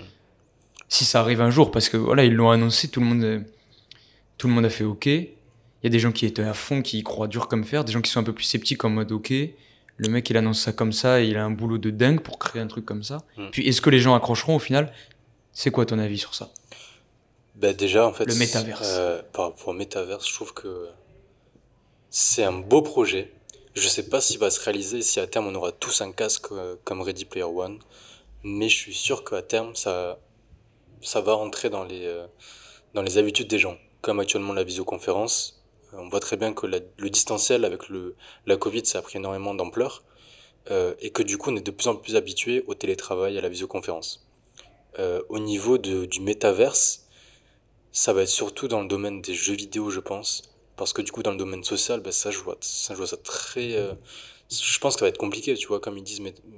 si ça arrive un jour, parce que voilà, ils l'ont annoncé, tout le monde a fait OK. Il y a des gens qui étaient à fond, qui y croient dur comme fer, des gens qui sont un peu plus sceptiques en mode OK. Le mec, il annonce ça comme ça, et il a un boulot de dingue pour créer un truc comme ça. Puis, est-ce que les gens accrocheront au final? C'est quoi ton avis sur ça? Bah déjà, en fait, Le métaverse. par rapport au métaverse, je trouve que c'est un beau projet. Je sais pas s'il va se réaliser, si à terme on aura tous un casque comme Ready Player One, mais je suis sûr qu'à terme ça va rentrer dans les habitudes des gens. Comme actuellement la visioconférence, on voit très bien que le distanciel avec la Covid, ça a pris énormément d'ampleur, et que du coup on est de plus en plus habitué au télétravail, à la visioconférence. Au niveau du métaverse, ça va être surtout dans le domaine des jeux vidéo, je pense. Parce que du coup, dans le domaine social, bah, je vois ça très. Je pense que ça va être compliqué, tu vois, comme ils disent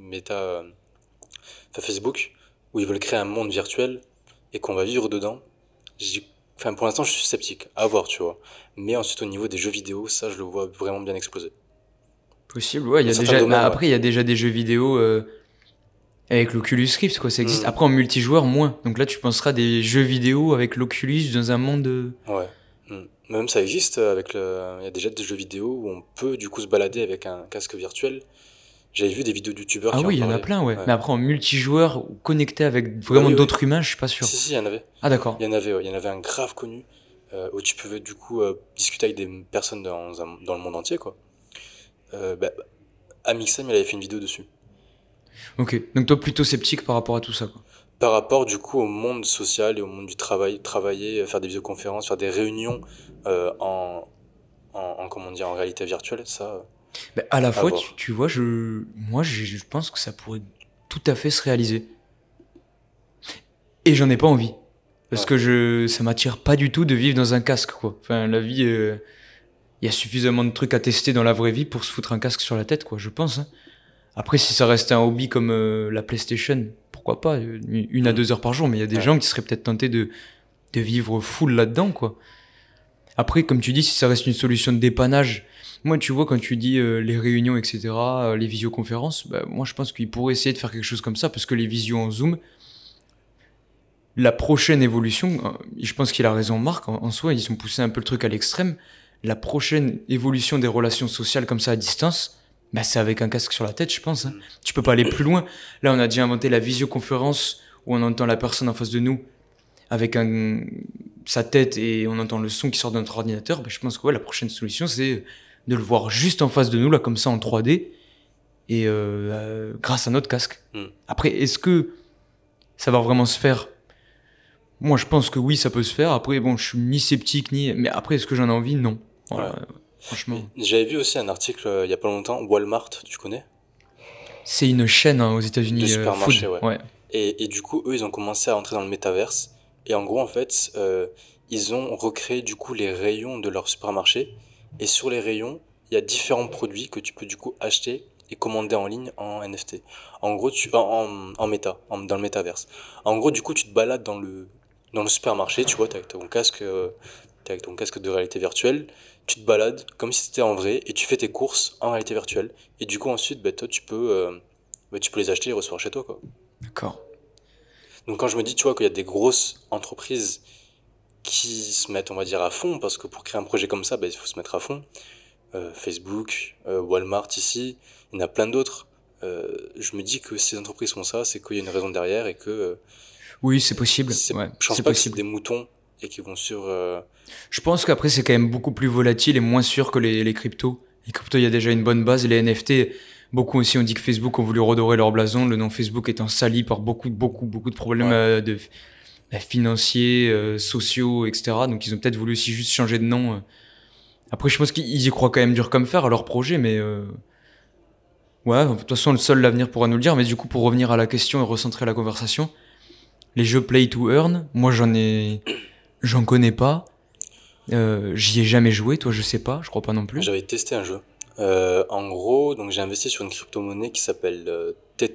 enfin, Facebook, où ils veulent créer un monde virtuel et qu'on va vivre dedans. Enfin, pour l'instant, je suis sceptique, à voir, tu vois. Mais ensuite, au niveau des jeux vidéo, ça, je le vois vraiment bien exploser. Possible, ouais. Il y a Dans certains déjà, domaines, ouais. après, il y a déjà des jeux vidéo avec l'Oculus Rift, quoi. Ça existe. Après, en multijoueur, moins. Donc là, tu penseras des jeux vidéo avec l'Oculus dans un monde. Ouais. Même ça existe il y a déjà des jeux vidéo où on peut du coup se balader avec un casque virtuel. J'avais vu des vidéos de youtubeurs Ah qui en oui, il y en a parlaient. plein, ouais. Ouais. Mais après, en multijoueur, connecté avec Bah vraiment oui, oui. d'autres humains, je suis pas sûr. Si, il y en avait. Ah, d'accord. Il y en avait, ouais. Il y en avait un grave connu où tu pouvais du coup discuter avec des personnes dans le monde entier, quoi. Bah, Amixem, il avait fait une vidéo dessus. Ok. Donc toi, plutôt sceptique par rapport à tout ça, quoi. Par rapport du coup au monde social et au monde du travail, travailler, faire des visioconférences, faire des réunions euh, en, comment dire, en réalité virtuelle, ça, Bah, à la à fois, voir. tu vois, moi, je pense que ça pourrait tout à fait se réaliser. Et j'en ai pas envie. Parce Ouais. que ça m'attire pas du tout de vivre dans un casque, quoi. Enfin, la vie, il y a suffisamment de trucs à tester dans la vraie vie pour se foutre un casque sur la tête, quoi, je pense, hein. Après, si ça restait un hobby comme la PlayStation, pourquoi pas, 1 à 2 heures par jour, mais il y a des Ouais. gens qui seraient peut-être tentés de vivre full là-dedans, quoi. Après, comme tu dis, si ça reste une solution de dépannage, moi, tu vois, quand tu dis les réunions, etc., les visioconférences, bah, moi, je pense qu'ils pourraient essayer de faire quelque chose comme ça, parce que les visios en Zoom, la prochaine évolution, je pense qu'il a raison Marc, en soi, ils ont poussé un peu le truc à l'extrême. La prochaine évolution des relations sociales comme ça à distance, bah, c'est avec un casque sur la tête, je pense, hein. Tu peux pas aller plus loin. Là, on a déjà inventé la visioconférence où on entend la personne en face de nous avec sa tête et on entend le son qui sort de notre ordinateur. Bah, je pense que ouais, la prochaine solution, c'est de le voir juste en face de nous, là, comme ça, en 3D, et grâce à notre casque. Mm. Après, est-ce que ça va vraiment se faire? Moi, je pense que oui, ça peut se faire. Après, bon, je suis ni sceptique, ni. Mais après, est-ce que j'en ai envie? Non. Voilà, Ouais. franchement. J'avais vu aussi un article il y a pas longtemps, Walmart, tu connais? C'est une chaîne hein, aux De États-Unis, supermarché, food. ouais. Ouais. Et du coup, eux, ils ont commencé à entrer dans le métaverse. Et en gros, en fait, ils ont recréé du coup les rayons de leur supermarché. Et sur les rayons, il y a différents produits que tu peux du coup acheter et commander en ligne en NFT. En gros, dans le métaverse. En gros, du coup, tu te balades dans le supermarché, tu vois, t'es avec ton casque de réalité virtuelle. Tu te balades comme si c'était en vrai et tu fais tes courses en réalité virtuelle. Et du coup, ensuite, bah, toi, tu peux les acheter et les recevoir chez toi, quoi. D'accord. Donc quand je me dis, tu vois, qu'il y a des grosses entreprises qui se mettent, on va dire, à fond, parce que pour créer un projet comme ça, bah, il faut se mettre à fond. Facebook, Walmart ici, il y en a plein d'autres. Je me dis que si ces entreprises font ça, c'est qu'il y a une raison derrière et que Oui, c'est possible. Ouais, je pense c'est pas que c'est possible. des moutons et qui vont sur... Je pense qu'après, c'est quand même beaucoup plus volatile et moins sûr que les cryptos. Les cryptos, il y a déjà une bonne base. Et les NFT, beaucoup aussi ont dit que Facebook ont voulu redorer leur blason, le nom Facebook étant sali par beaucoup de problèmes Ouais, financiers, sociaux, etc. Donc, ils ont peut-être voulu aussi juste changer de nom. Après, je pense qu'ils y croient quand même dur comme fer à leur projet, mais ouais, de toute façon, seul l'avenir pourra nous le dire. Mais du coup, pour revenir à la question et recentrer la conversation, les jeux Play to Earn, moi, j'en connais pas. J'y ai jamais joué, toi, je sais pas, je crois pas non plus. j'avais testé un jeu. En gros, donc j'ai investi sur une crypto-monnaie qui s'appelle Theta.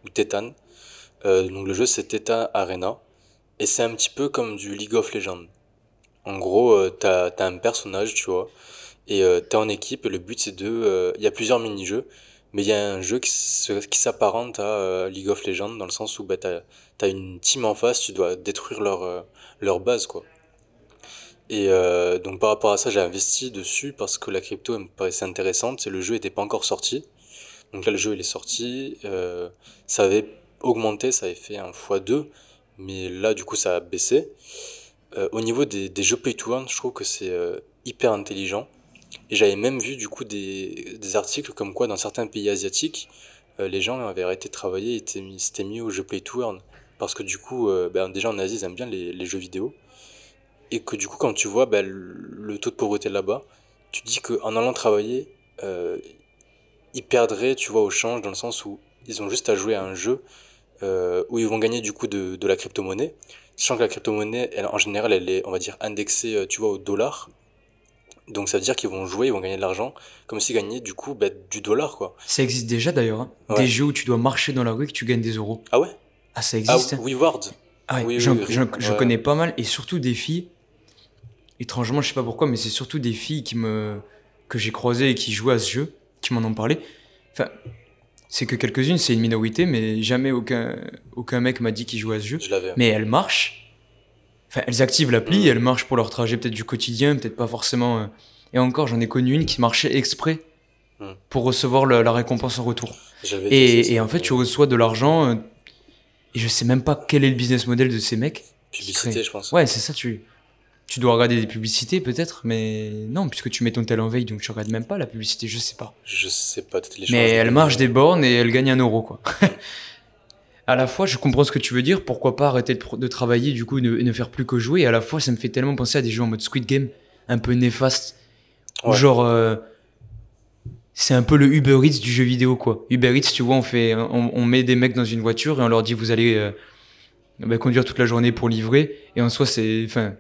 ou Tetan. Donc le jeu c'est Tetan Arena et c'est un petit peu comme du League of Legends. En gros, t'as un personnage, tu vois, et t'es en équipe et le but c'est il y a plusieurs mini-jeux, mais il y a un jeu qui s'apparente à League of Legends dans le sens où bah, t'as une team en face, tu dois détruire leur base, quoi. Et donc par rapport à ça, j'ai investi dessus parce que la crypto elle me paraissait intéressante et le jeu était pas encore sorti. Donc là, le jeu il est sorti, ça avait augmenté, ça avait fait un x2, mais là du coup ça a baissé. Au niveau des jeux Play to Earn, je trouve que c'est hyper intelligent. Et j'avais même vu du coup des articles comme quoi dans certains pays asiatiques, les gens avaient arrêté de travailler et s'étaient mis aux jeux Play to Earn. Parce que du coup, ben, déjà en Asie, ils aiment bien les jeux vidéo. Et que du coup, quand tu vois ben, le taux de pauvreté là-bas, tu te dis qu'en allant travailler, euh, ils perdraient, tu vois, au change, dans le sens où ils ont juste à jouer à un jeu où ils vont gagner du coup de la crypto-monnaie. Sachant que la crypto-monnaie, elle, en général, elle est, on va dire, indexée, tu vois, au dollar. Donc ça veut dire qu'ils vont jouer, ils vont gagner de l'argent, comme s'ils gagnaient du coup bah, du dollar, quoi. Ça existe déjà d'ailleurs, hein. Des Ouais. jeux où tu dois marcher dans la rue et que tu gagnes des euros. Ah ouais? Ah, ça Ah, existe, hein. WeWard. Ah ouais, Oui, oui, oui. je Ouais. connais pas mal et surtout des filles. Étrangement, je sais pas pourquoi, mais c'est surtout des filles que j'ai croisées et qui jouaient à ce jeu, qui m'en ont parlé. Enfin, c'est que quelques-unes, c'est une minorité, mais jamais aucun mec m'a dit qu'il jouait à ce jeu. Je l'avais. Mais elles marchent. Enfin, elles activent l'appli, Mm. elles marchent pour leur trajet peut-être du quotidien, peut-être pas forcément. Et encore, j'en ai connu une qui marchait exprès Mm. pour recevoir la récompense en retour. J'avais testé ça. Et en fait, tu reçois de l'argent, et je sais même pas quel est le business model de ces mecs qui Publicité, créent. je pense. Ouais, c'est ça, tu dois regarder des publicités peut-être, mais non, puisque tu mets ton tel en veille, donc tu regardes même pas la publicité, je sais pas. Je sais pas, peut-être Mais l'échange de elle marche données. des bornes et elle gagne 1 euro, quoi. À la fois, je comprends ce que tu veux dire, pourquoi pas arrêter de travailler du coup et ne faire plus que jouer, et à la fois, ça me fait tellement penser à des jeux en mode Squid Game, un peu néfastes, où Ouais. genre, c'est un peu le Uber Eats du jeu vidéo, quoi. Uber Eats, tu vois, on met des mecs dans une voiture et on leur dit vous allez bah, conduire toute la journée pour livrer, et en soi, enfin,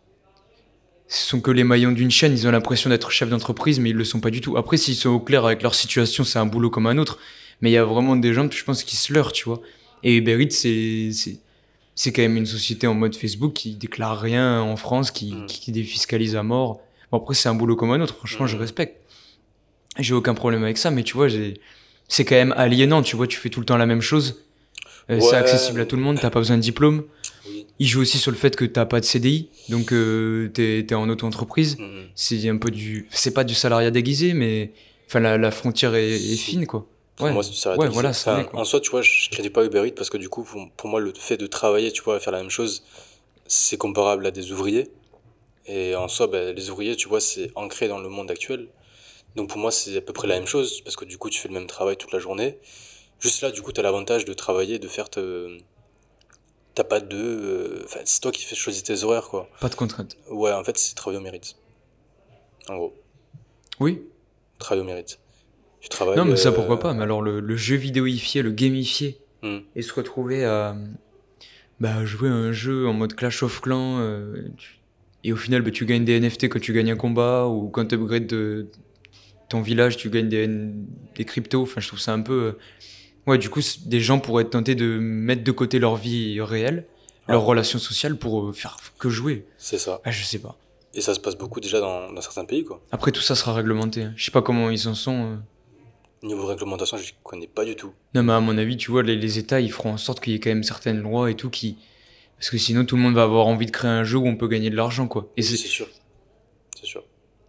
ce sont que les maillons d'une chaîne, ils ont l'impression d'être chefs d'entreprise, mais ils le sont pas du tout. Après, s'ils sont au clair avec leur situation, c'est un boulot comme un autre, mais il y a vraiment des gens, je pense, qui se leurrent, tu vois. Et Uber Eats, c'est quand même une société en mode Facebook qui déclare rien en France, Mm. qui défiscalise à mort. Bon, après, c'est un boulot comme un autre, franchement, je Mm. respecte. J'ai aucun problème avec ça, mais tu vois, c'est quand même aliénant, tu vois, tu fais tout le temps la même chose. C'est accessible à Ouais. tout le monde, t'as pas besoin de diplôme. Oui. Il joue aussi sur le fait que t'as pas de CDI, donc t'es en auto-entreprise. Mm. C'est un peu c'est pas du salariat déguisé, mais enfin la frontière est Si. fine, quoi. Pour Ouais, moi, c'est du salarié ouais, déguisé. voilà, ça l'est, Enfin, quoi. en soi, tu vois, je critique pas Uber Eats parce que du coup, pour moi, le fait de travailler, tu vois, à faire la même chose, c'est comparable à des ouvriers. Et en soi, ben, les ouvriers, tu vois, c'est ancré dans le monde actuel. Donc pour moi, c'est à peu près la même chose, parce que du coup, tu fais le même travail toute la journée. Juste là, du coup, t'as l'avantage de travailler, de faire t'as pas de... Enfin, c'est toi qui fais choisir tes horaires, quoi. Pas de contrainte. Ouais, en fait, c'est travailler au mérite. En gros, Oui. travailler au mérite. Tu Non, travailles... mais ça pourquoi pas. Mais alors le jeu vidéoifié, le gamifié, hmm, et se retrouver à bah, jouer à un jeu en mode Clash of Clans, et au final, bah, tu gagnes des NFT quand tu gagnes un combat, ou quand tu upgrades ton village, tu gagnes des cryptos. Enfin, je trouve ça un peu. Ouais, du coup, des gens pourraient être tentés de mettre de côté leur vie réelle, ouais, leurs relations sociales pour faire que jouer. c'est ça. Ah, je sais pas. Et ça se passe beaucoup déjà dans certains pays, quoi. Après, tout ça sera réglementé, hein. Je sais pas comment ils en sont. Niveau réglementation, je connais pas du tout. Non, mais à mon avis, tu vois, les États, ils feront en sorte qu'il y ait quand même certaines lois et tout qui. Parce que sinon, tout le monde va avoir envie de créer un jeu où on peut gagner de l'argent, quoi. Et Oui, c'est. c'est sûr. C'est sûr.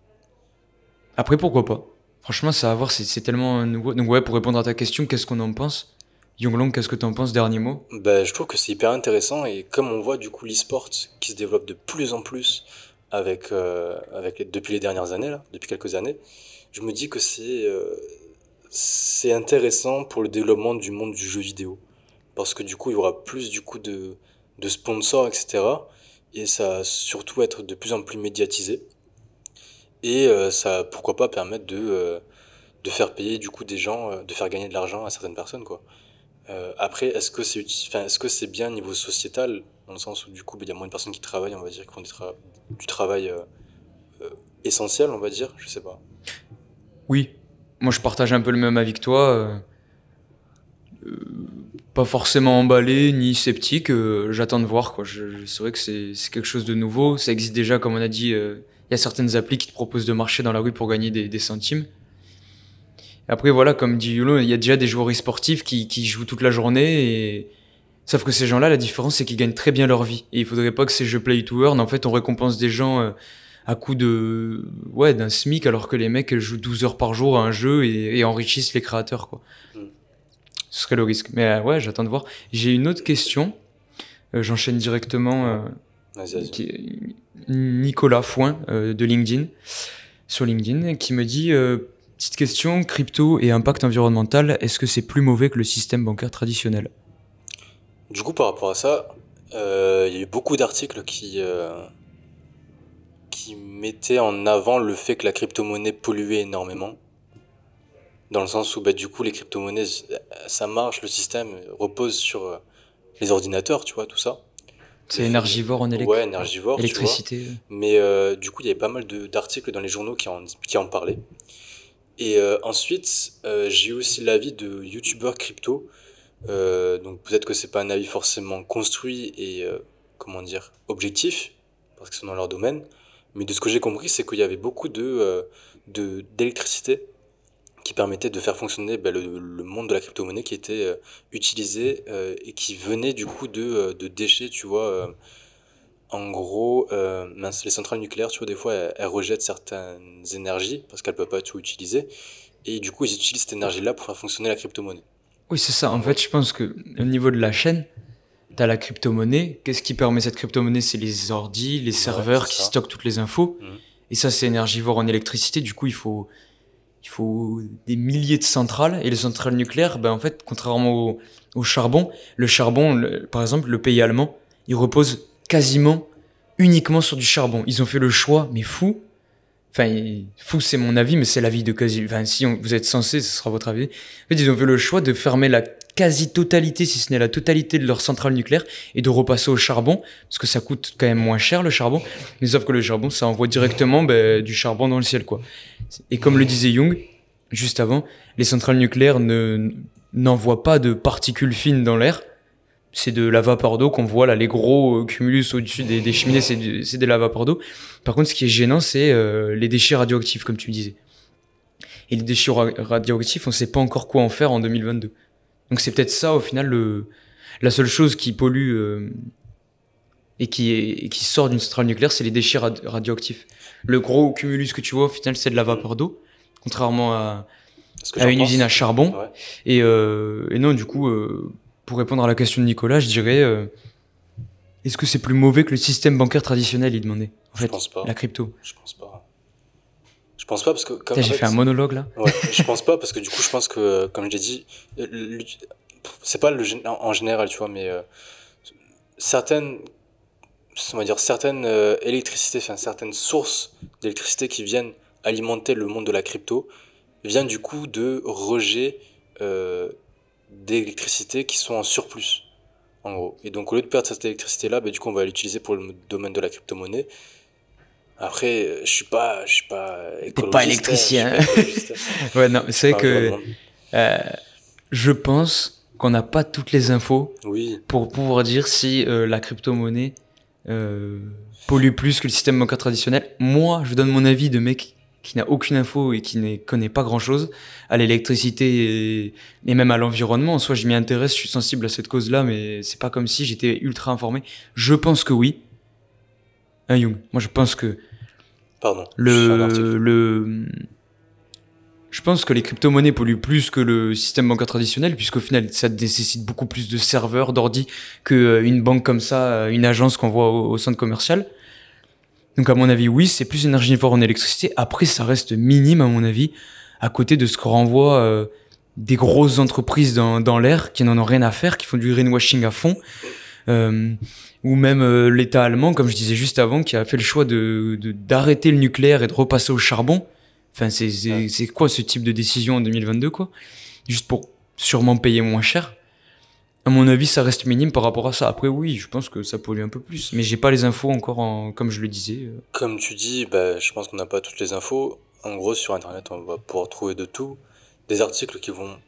Après, pourquoi pas? Franchement, ça à voir, c'est tellement nouveau. Donc, ouais, pour répondre à ta question, qu'est-ce qu'on en pense? Yonglong, qu'est-ce que t'en penses? Dernier mot? Ben, je trouve que c'est hyper intéressant et comme on voit du coup l'e-sport qui se développe de plus en plus depuis les dernières années, là, depuis quelques années, je me dis que c'est intéressant pour le développement du monde du jeu vidéo. Parce que du coup, il y aura plus du coup de sponsors, etc. Et ça va surtout être de plus en plus médiatisé. Et ça, pourquoi pas permettre de faire payer du coup des gens, de faire gagner de l'argent à certaines personnes, quoi. Après, est-ce que c'est bien niveau sociétal, dans le sens où du coup, ben, il y a moins de personnes qui travaillent, on va dire, qui font du travail euh, essentiel, on va dire, je sais pas. Oui. Moi, je partage un peu le même avis que toi. pas forcément emballé ni sceptique. J'attends de voir, quoi. C'est vrai que c'est quelque chose de nouveau. Ça existe déjà, comme on a dit. Il y a certaines applis qui te proposent de marcher dans la rue pour gagner des centimes. Après, voilà, comme dit Yulo, il y a déjà des joueurs e-sportifs qui jouent toute la journée. Sauf que ces gens-là, la différence, c'est qu'ils gagnent très bien leur vie. Et il faudrait pas que ces jeux play to earn, en fait, on récompense des gens à coup d'un SMIC, alors que les mecs jouent 12 heures par jour à un jeu et enrichissent les créateurs, quoi. Ce serait le risque. Mais ouais, j'attends de voir. J'ai une autre question. J'enchaîne directement. Nicolas Foin de LinkedIn, sur LinkedIn, qui me dit petite question, crypto et impact environnemental, est-ce que c'est plus mauvais que le système bancaire traditionnel? Du coup, par rapport à ça, il y a eu beaucoup d'articles qui mettaient en avant le fait que la crypto-monnaie polluait énormément. Dans le sens où du coup les crypto-monnaies, ça marche, le système repose sur les ordinateurs, tu vois, tout ça. C'est énergivore en Ouais, énergivore, électricité. Tu vois. Mais du coup, il y avait pas mal d'articles dans les journaux qui en parlaient. Et ensuite, j'ai eu aussi l'avis de youtubeurs crypto. Donc peut-être que c'est pas un avis forcément construit et objectif, parce qu'ils sont dans leur domaine. Mais de ce que j'ai compris, c'est qu'il y avait beaucoup d'électricité qui permettait de faire fonctionner le monde de la crypto-monnaie qui était utilisé et qui venait du coup de déchets, tu vois. En gros, les centrales nucléaires, tu vois, des fois, elles rejettent certaines énergies parce qu'elles peuvent pas tout utiliser. Et du coup, ils utilisent cette énergie-là pour faire fonctionner la crypto-monnaie. Oui, c'est ça. En fait, je pense que au niveau de la chaîne, t'as la crypto-monnaie. Qu'est-ce qui permet cette crypto-monnaie? C'est les ordis, les serveurs qui stockent toutes les infos. Et ça, c'est énergivore en électricité. Du coup, il faut des milliers de centrales. Et les centrales nucléaires, en fait, contrairement au charbon, le charbon, par exemple, le pays allemand, il repose quasiment uniquement sur du charbon. Ils ont fait le choix, mais fou. Enfin, fou, c'est mon avis, mais c'est l'avis de quasi... Enfin, si vous êtes censé, ce sera votre avis. En fait, ils ont fait le choix de fermer la quasi-totalité, si ce n'est la totalité de leur centrale nucléaire, et de repasser au charbon, parce que ça coûte quand même moins cher, le charbon. Mais sauf que le charbon, ça envoie directement du charbon dans le ciel, quoi. Et comme le disait Jung, juste avant, les centrales nucléaires n'envoient pas de particules fines dans l'air. C'est de la vapeur d'eau qu'on voit là, les gros cumulus au-dessus des cheminées, c'est de la vapeur d'eau. Par contre, ce qui est gênant, c'est les déchets radioactifs, comme tu disais. Et les déchets radioactifs, on sait pas encore quoi en faire en 2022. Donc c'est peut-être ça, au final, la seule chose qui pollue et qui sort d'une centrale nucléaire, c'est les déchets radioactifs. Le gros cumulus que tu vois, au final, c'est de la vapeur d'eau, contrairement à une usine à charbon. Ouais. Et non, du coup... pour répondre à la question de Nicolas, je dirais est-ce que c'est plus mauvais que le système bancaire traditionnel, il demandait. En fait, je pense pas. La crypto. Je pense pas. Je pense pas parce que... J'ai fait un monologue là. Ouais, je pense pas parce que du coup, je pense que, comme je l'ai dit, c'est pas en général, tu vois, mais certaines électricités, certaines sources d'électricité qui viennent alimenter le monde de la crypto viennent du coup de rejets d'électricité qui sont en surplus, en gros. Et donc, au lieu de perdre cette électricité-là, du coup, on va l'utiliser pour le domaine de la crypto-monnaie. Après, je suis pas écologiste. T'es pas électricien. Ouais, non, c'est vrai que je pense qu'on n'a pas toutes les infos pour pouvoir dire si la crypto-monnaie pollue plus que le système bancaire traditionnel. Moi, je donne mon avis de mec qui n'a aucune info et qui ne connaît pas grand-chose à l'électricité et même à l'environnement. En soi, je m'y intéresse, je suis sensible à cette cause-là, mais c'est pas comme si j'étais ultra informé. Je pense que oui. Hein, Jung? Moi, je pense que... Pardon. Je pense que les crypto-monnaies polluent plus que le système bancaire traditionnel, puisqu'au final, ça nécessite beaucoup plus de serveurs, d'ordi, qu'une banque comme ça, une agence qu'on voit au centre commercial. Donc à mon avis, oui, c'est plus énergivore en électricité. Après, ça reste minime à mon avis, à côté de ce que renvoient des grosses entreprises dans l'air qui n'en ont rien à faire, qui font du greenwashing à fond. Ou même l'État allemand, comme je disais juste avant, qui a fait le choix d'arrêter le nucléaire et de repasser au charbon. Enfin, c'est quoi ce type de décision en 2022, quoi? Juste pour sûrement payer moins cher. À mon avis, ça reste minime par rapport à ça. Après, oui, je pense que ça pollue un peu plus. Mais j'ai pas les infos encore, comme je le disais. Comme tu dis, je pense qu'on n'a pas toutes les infos. En gros, sur Internet, on va pouvoir trouver de tout. Des articles qui vont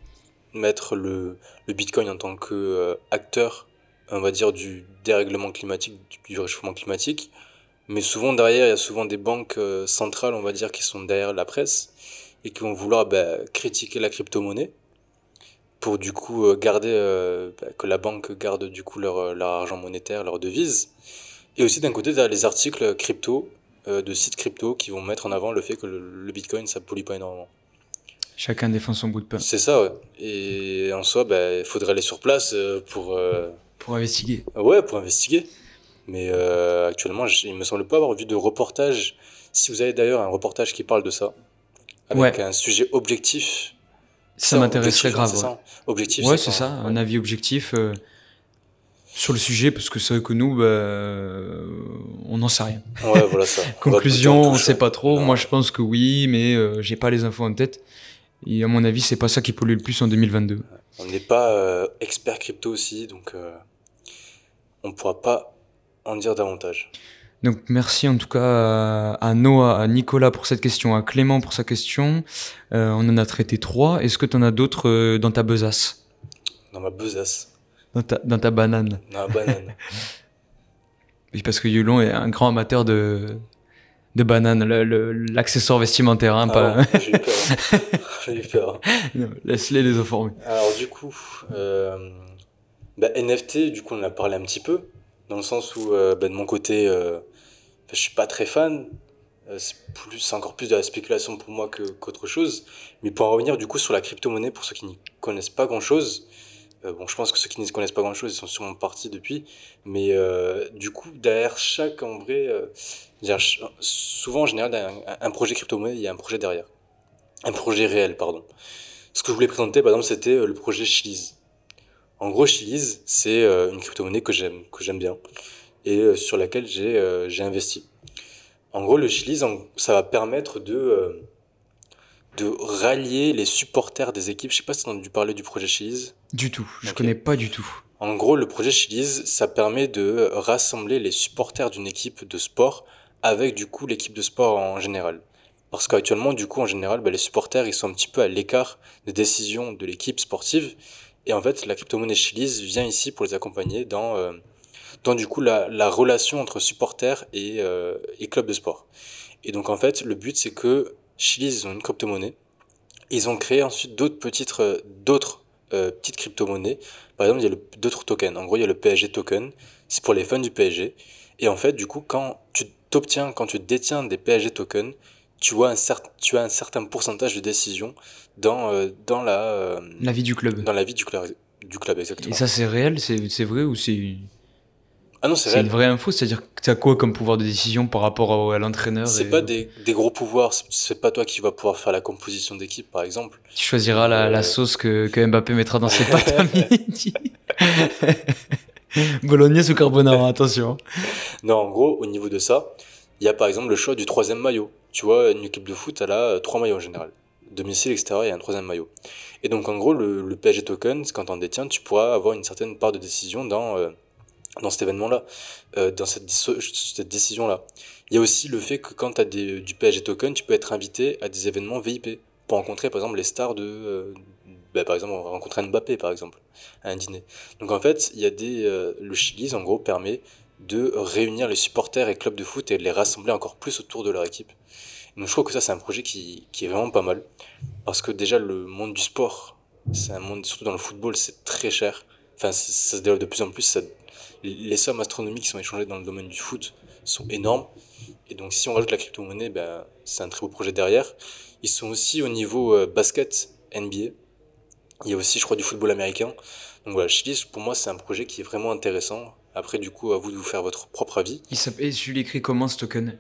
mettre le Bitcoin en tant que acteur, on va dire, du dérèglement climatique, du réchauffement climatique. Mais souvent derrière, il y a souvent des banques centrales, on va dire, qui sont derrière la presse et qui vont vouloir critiquer la crypto-monnaie pour du coup garder que la banque garde du coup leur argent monétaire, leur devise. Et aussi d'un côté, tu as les articles crypto de sites crypto qui vont mettre en avant le fait que le Bitcoin ça pollue pas énormément. Chacun défend son bout de pain. C'est ça, ouais. Et en soi, il faudrait aller sur place Pour investiguer. ouais, pour investiguer. Mais actuellement, il me semble pas avoir vu de reportage. Si vous avez d'ailleurs un reportage qui parle de ça, avec Ouais. un sujet objectif. Ça Ça, m'intéresserait objectif, hein, grave. c'est Ouais, ça, hein. Objectif, ouais c'est c'est quand. ça, un Ouais. avis objectif sur le sujet, parce que c'est vrai que nous, on n'en sait rien. Ouais, voilà ça. On va goûter Conclusion, en on touche, sait ouais. pas trop. Moi, Non. je pense que oui, mais j'ai pas les infos en tête. Et à mon avis, c'est pas ça qui pollue le plus en 2022. On n'est pas expert crypto aussi, donc on pourra pas en dire davantage. Donc, merci en tout cas à Noah, à Nicolas pour cette question, à Clément pour sa question. On en a traité 3. Est-ce que tu en as d'autres dans ta besace, Dans ma besace, dans ta banane? dans ma banane. Oui, parce que Yulon est un grand amateur de bananes, l'accessoire vestimentaire, hein, Ah pas... bon, j'ai eu peur, hein. J'ai eu peur. Non, laisse-les les informer. Alors du coup, NFT, du coup on en a parlé un petit peu, dans le sens où de mon côté, je suis pas très fan. C'est encore plus de la spéculation pour moi qu'autre chose. Mais pour en revenir du coup sur la crypto-monnaie, pour ceux qui n'y connaissent pas grand-chose, bon, je pense que ceux qui n'y connaissent pas grand-chose, ils sont sûrement partis depuis. Mais du coup, derrière chaque, en vrai, souvent en général, derrière un projet crypto-monnaie, il y a un projet derrière. Un projet réel, pardon. Ce que je voulais présenter, par exemple, c'était le projet Chiliz. En gros, Chiliz, c'est une crypto-monnaie que j'aime bien et sur laquelle j'ai investi. En gros, le Chiliz, ça va permettre de rallier les supporters des équipes. Je sais pas si tu as entendu parler du projet Chiliz. Du tout, je Ok. connais pas du tout. En gros, le projet Chiliz, ça permet de rassembler les supporters d'une équipe de sport avec du coup l'équipe de sport en général. Parce qu'actuellement, du coup, en général, les supporters, ils sont un petit peu à l'écart des décisions de l'équipe sportive. Et en fait, la crypto-monnaie Chiliz vient ici pour les accompagner dans du coup la relation entre supporters et club de sport. Et donc en fait, le but c'est que Chiliz, ils ont une crypto-monnaie. Ils ont créé ensuite d'autres petites crypto-monnaies. Par exemple, il y a d'autres tokens. En gros, il y a le PSG token. C'est pour les fans du PSG. Et en fait, du coup, quand tu détiens des PSG tokens, tu as un certain pourcentage de décision La vie du club. dans la vie du club Et exactement. ça, c'est réel, c'est vrai ou c'est Ah non, c'est une réel. vraie info? C'est-à-dire que t'as quoi comme pouvoir de décision par rapport à l'entraîneur C'est et pas des gros pouvoirs. C'est pas toi qui vas pouvoir faire la composition d'équipe, par exemple. tu choisiras la sauce que Mbappé mettra dans ses pâtes à midi? Bolognaise ou carbonara, attention. Non, en gros, au niveau de ça, il y a par exemple le choix du troisième maillot. Tu vois, une équipe de foot, elle a trois maillots en général. Domicile, extérieur, il y a un troisième maillot. Et donc, en gros, le PSG token, quand t'en détiens, tu pourras avoir une certaine part de décision dans cet événement-là, cette décision-là. Il y a aussi le fait que quand tu as du PSG token, tu peux être invité à des événements VIP pour rencontrer par exemple les stars par exemple, on va rencontrer Mbappé par exemple, à un dîner. Donc en fait, le Chili's en gros permet de réunir les supporters et clubs de foot et de les rassembler encore plus autour de leur équipe. Donc je trouve que ça c'est un projet qui est vraiment pas mal parce que déjà le monde du sport, c'est un monde, surtout dans le football, c'est très cher. Enfin, ça se développe de plus en plus, les sommes astronomiques qui sont échangées dans le domaine du foot sont énormes. Et donc si on rajoute la crypto-monnaie, c'est un très beau projet derrière. Ils sont aussi au niveau basket NBA. Il y a aussi, je crois, du football américain. Donc voilà, Chiliz, pour moi, c'est un projet qui est vraiment intéressant. Après, du coup, à vous de vous faire votre propre avis. Et tu l'écris comment ce token?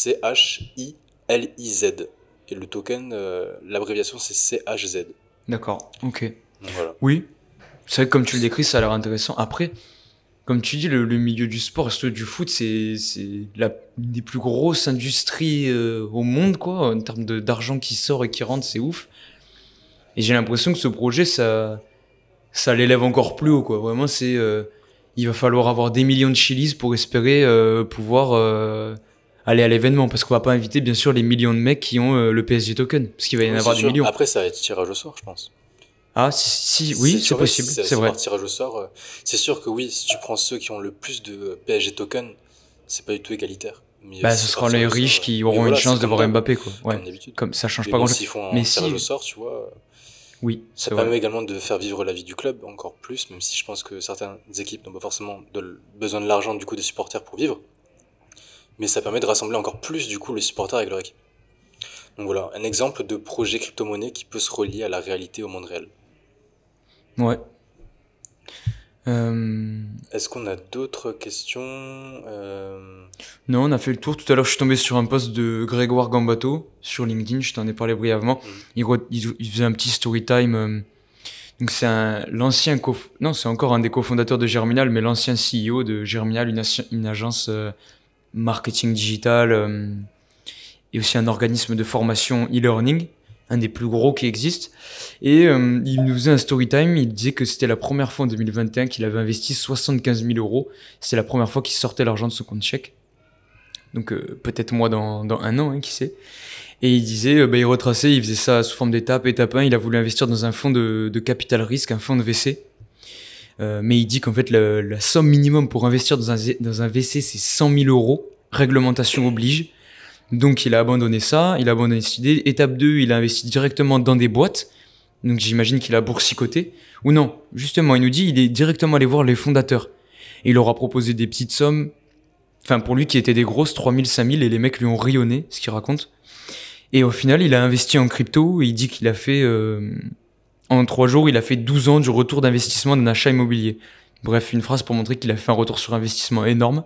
CHILIZ. Et le token, l'abréviation, c'est CHZ. D'accord, ok. Donc voilà. Oui, c'est vrai que comme tu le décris, ça a l'air intéressant. Après, comme tu dis, le milieu du sport, surtout du foot, c'est une des plus grosses industries au monde, quoi. En termes d'argent qui sort et qui rentre, c'est ouf. Et j'ai l'impression que ce projet, ça l'élève encore plus haut, quoi. Vraiment, il va falloir avoir des millions de Chili's pour espérer pouvoir aller à l'événement. Parce qu'on va pas inviter, bien sûr, les millions de mecs qui ont le PSG token. Parce qu'il va y en Oui, avoir c'est des sûr. millions. Après, ça va être tirage au sort, je pense. Ah, si, oui, c'est en fait, possible, c'est vrai. par tirage au sort. C'est sûr que oui, si tu prends ceux qui ont le plus de PSG tokens, c'est pas du tout égalitaire. Mais Bah, si ce c'est par sera les tirage au riches sort. qui Mais auront une voilà, c'est chance comme d'avoir d'hab, Mbappé, quoi. Ouais. comme d'habitude. Comme ça change Mais pas bon, grand-chose. s'ils font Mais un tirage au si, sort, tu vois, oui, ça c'est vrai. permet également de faire vivre la vie du club encore plus, même si je pense que certaines équipes n'ont pas forcément besoin de l'argent du coup des supporters pour vivre. Mais ça permet de rassembler encore plus du coup les supporters avec leur équipe. Donc voilà, un exemple de projet crypto-monnaie qui peut se relier à la réalité, au monde réel. Ouais. Euh, Est-ce qu'on a d'autres questions Non, on a fait le tour. Tout à l'heure, je suis tombé sur un post de Grégoire Gambato sur LinkedIn. Je t'en ai parlé brièvement. Il faisait un petit story time. Donc c'est non, c'est encore un des cofondateurs de Germinal, mais l'ancien CEO de Germinal, une agence marketing digital et aussi un organisme de formation e-learning, un des plus gros qui existe. Et il nous faisait un story time. Il disait que c'était la première fois en 2021 qu'il avait investi 75 000 euros. C'est la première fois qu'il sortait l'argent de son compte chèque. Donc peut-être moi dans un an, hein, qui sait. Et il disait, il retraçait, il faisait ça sous forme d'étape. Étape 1, il a voulu investir dans un fonds de capital risque, un fonds de VC. Mais il dit qu'en fait, la somme minimum pour investir dans un VC, c'est 100 000 euros. Réglementation oblige. Donc il a abandonné ça, il a abandonné cette idée. Étape 2, il a investi directement dans des boîtes. Donc j'imagine qu'il a boursicoté. Ou non, justement, il nous dit il est directement allé voir les fondateurs. Et il leur a proposé des petites sommes, enfin pour lui qui étaient des grosses, 3 000, 5 000, et les mecs lui ont rayonné, ce qu'il raconte. Et au final, il a investi en crypto, et il dit qu'il a fait, en 3 jours, il a fait 12 ans du retour d'investissement d'un achat immobilier. Bref, une phrase pour montrer qu'il a fait un retour sur investissement énorme.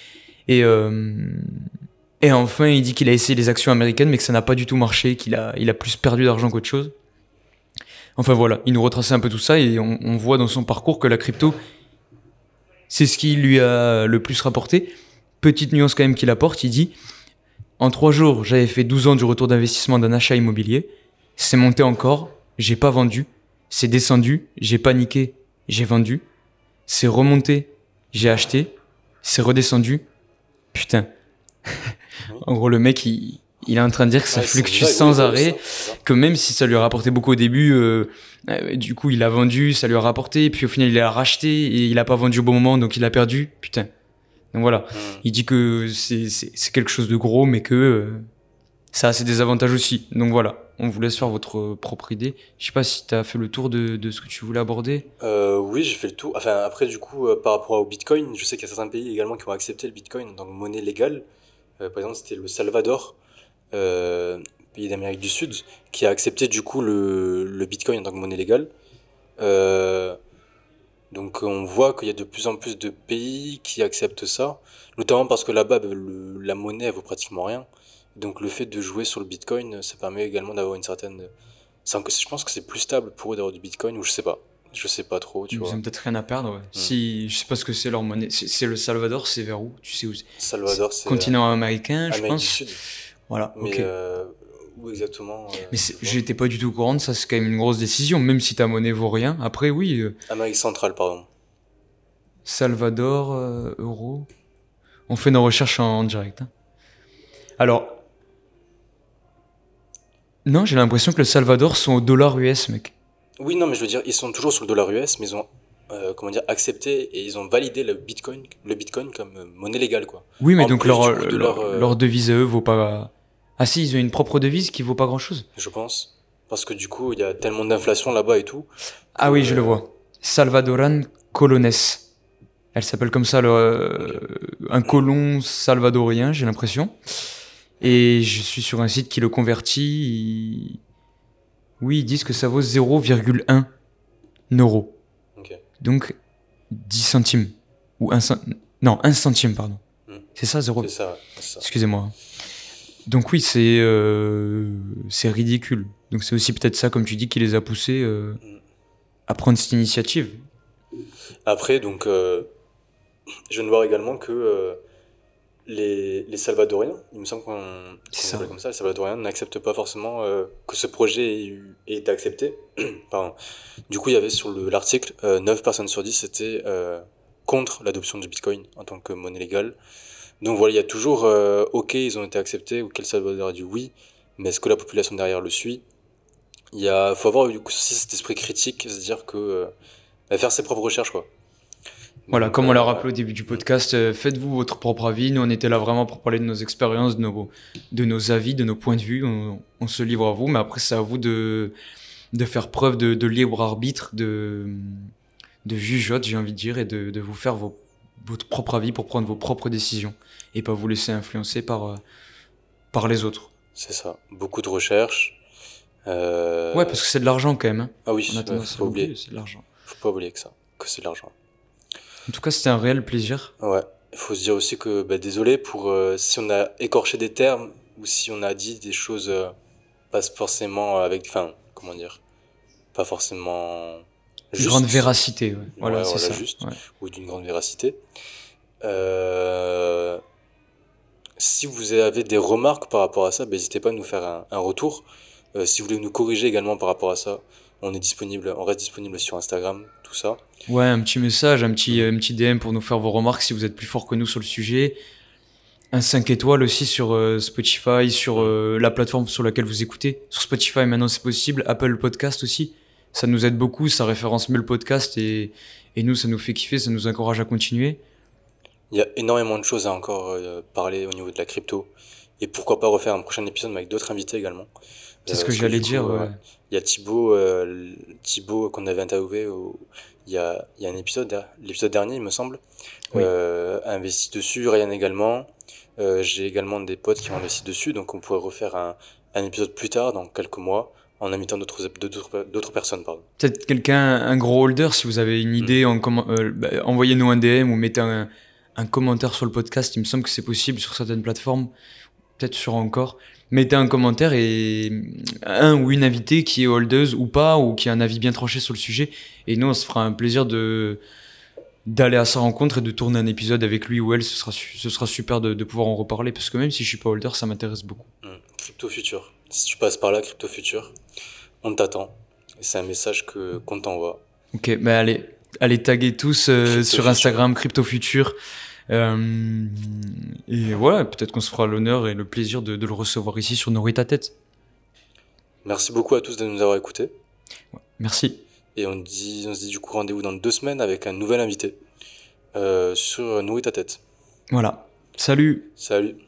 Et enfin, il dit qu'il a essayé les actions américaines, mais que ça n'a pas du tout marché, il a plus perdu d'argent qu'autre chose. Enfin voilà, il nous retraçait un peu tout ça, et on voit dans son parcours que la crypto, c'est ce qui lui a le plus rapporté. Petite nuance quand même qu'il apporte, il dit « En 3 jours, j'avais fait 12 ans du retour d'investissement d'un achat immobilier. C'est monté encore, j'ai pas vendu. C'est descendu, j'ai paniqué, j'ai vendu. C'est remonté, j'ai acheté. C'est redescendu. Putain. » En gros, le mec, il est en train de dire que ça fluctue sans arrêt, que même si ça lui a rapporté beaucoup au début, du coup, il a vendu, ça lui a rapporté, et puis au final, il a racheté, et il a pas vendu au bon moment, donc il a perdu. Putain. Donc voilà. Il dit que c'est quelque chose de gros, mais que ça a ses désavantages aussi. Donc voilà. On vous laisse faire votre propre idée. Je sais pas si tu as fait le tour de ce que tu voulais aborder. Oui, j'ai fait le tour. Enfin, après, du coup, par rapport au Bitcoin, je sais qu'il y a certains pays également qui ont accepté le Bitcoin en tant que monnaie légale. Par exemple, c'était le Salvador, pays d'Amérique du Sud, qui a accepté du coup le Bitcoin en tant que monnaie légale. Euh, donc on voit qu'il y a de plus en plus de pays qui acceptent ça, notamment parce que là-bas, la monnaie, elle vaut pratiquement rien. Donc le fait de jouer sur le Bitcoin, ça permet également d'avoir une certaine... Je pense que c'est plus stable pour eux d'avoir du Bitcoin, ou je sais pas. Je sais pas trop, tu Ils vois. ont peut-être rien à perdre, ouais. Si, je sais pas ce que c'est leur monnaie. C'est le Salvador, c'est vers où? Tu sais où c'est? Salvador, c'est Continent américain, je Amérique du pense. Sud. Voilà, Mais ok. où exactement Mais je sais pas. j'étais pas du tout au courant de ça, c'est quand même une grosse décision, même si ta monnaie vaut rien. Après, oui, Amérique centrale, pardon. Salvador, euro. On fait nos recherches en direct, hein. Alors, non, j'ai l'impression que le Salvador sont au dollar US, mec. Oui, non, mais je veux dire, ils sont toujours sur le dollar US, mais ils ont, comment dire, accepté et ils ont validé le Bitcoin comme monnaie légale, quoi. Oui, mais En donc plus, du coup, de leur devise à eux vaut pas. Ah si, ils ont une propre devise qui vaut pas grand chose. je pense, parce que du coup, il y a tellement d'inflation là-bas et tout, que, Ah oui, je le vois. Salvadoran Colones. Elle s'appelle comme ça, un colon salvadorien, j'ai l'impression. Et je suis sur un site qui le convertit. Oui, ils disent que ça vaut 0,1 euro. ok, Donc 10 centimes. Ou non, 1 centime, pardon. C'est ça, 0. c'est ça, ouais, c'est ça. Excusez-moi. Donc oui, c'est ridicule. Donc c'est aussi peut-être ça, comme tu dis, qui les a poussés à prendre cette initiative. Après, donc, je viens de voir également que les Salvadoriens, il me semble qu'on C'est ça. appelle comme ça, les Salvadoriens n'acceptent pas forcément que ce projet ait été accepté. Pardon. Du coup, il y avait sur l'article 9 personnes sur 10 étaient contre l'adoption du Bitcoin en tant que monnaie légale. Donc voilà, il y a toujours OK, ils ont été acceptés, ou quel Salvador a dit oui, mais est-ce que la population derrière le suit? faut avoir du coup aussi cet esprit critique, se dire que faire ses propres recherches quoi. Voilà, Donc, comme on l'a rappelé au début du mm, podcast, faites-vous votre propre avis. Nous, on était là vraiment pour parler de nos expériences, de nos avis, de nos points de vue. On se livre à vous, mais après, c'est à vous de faire preuve de libre arbitre, de jugeote, j'ai envie de dire, et de vous faire votre propre avis pour prendre vos propres décisions et pas vous laisser influencer par les autres. c'est ça. Beaucoup de recherches. Ouais, parce que c'est de l'argent quand même, hein. Ah On oui, a tendance faut à pas l'oublier, oublier. c'est de l'argent. Faut pas oublier que c'est de l'argent. En tout cas, c'était un réel plaisir. Ouais. Il faut se dire aussi que désolé pour si on a écorché des termes ou si on a dit des choses pas forcément avec, enfin, comment dire, pas forcément Grande juste. véracité, ouais. Ouais, Voilà, c'est voilà, ça. juste. Ouais. Ou d'une grande véracité. Euh, Si vous avez des remarques par rapport à ça, n'hésitez pas à nous faire un retour. Si vous voulez nous corriger également par rapport à ça, on reste disponible sur Instagram, tout ça. Ouais, un petit message, Mm. un petit DM pour nous faire vos remarques si vous êtes plus fort que nous sur le sujet. Un 5 étoiles aussi sur Spotify, sur la plateforme sur laquelle vous écoutez. Sur Spotify, maintenant, c'est possible. Apple Podcast aussi. Ça nous aide beaucoup, ça référence mieux le podcast et nous, ça nous fait kiffer, ça nous encourage à continuer. Il y a énormément de choses à encore parler au niveau de la crypto. Et pourquoi pas refaire un prochain épisode mais avec d'autres invités également. C'est ce que Parce que j'allais du coup, dire. Ouais. il y a Thibaut qu'on avait interviewé, il y a un épisode, l'épisode dernier il me semble, Oui. investi dessus, Ryan également. J'ai également des potes qui ont investi dessus, donc on pourrait refaire un épisode plus tard, dans quelques mois, en invitant d'autres personnes. Pardon. Peut-être quelqu'un, un gros holder, si vous avez une idée, envoyez-nous un DM ou mettez un commentaire sur le podcast. Il me semble que c'est possible sur certaines plateformes, peut-être sur encore. Mettez un commentaire et un ou une invitée qui est holdeuse ou pas, ou qui a un avis bien tranché sur le sujet. Et nous, on se fera un plaisir d'aller à sa rencontre et de tourner un épisode avec lui ou elle. Ce sera super de pouvoir en reparler, parce que même si je suis pas holder, ça m'intéresse beaucoup. Crypto Future. Si tu passes par là, Crypto Future, on t'attend. Et c'est un message qu'on t'envoie. Ok, bah allez taguer tous sur Instagram, Crypto Future. Et voilà, peut-être qu'on se fera l'honneur et le plaisir de le recevoir ici sur Nourrit ta tête. Merci beaucoup à tous de nous avoir écoutés. Merci. Et on se dit du coup rendez-vous dans 2 semaines avec un nouvel invité sur Nourrit ta tête. Voilà. Salut. Salut.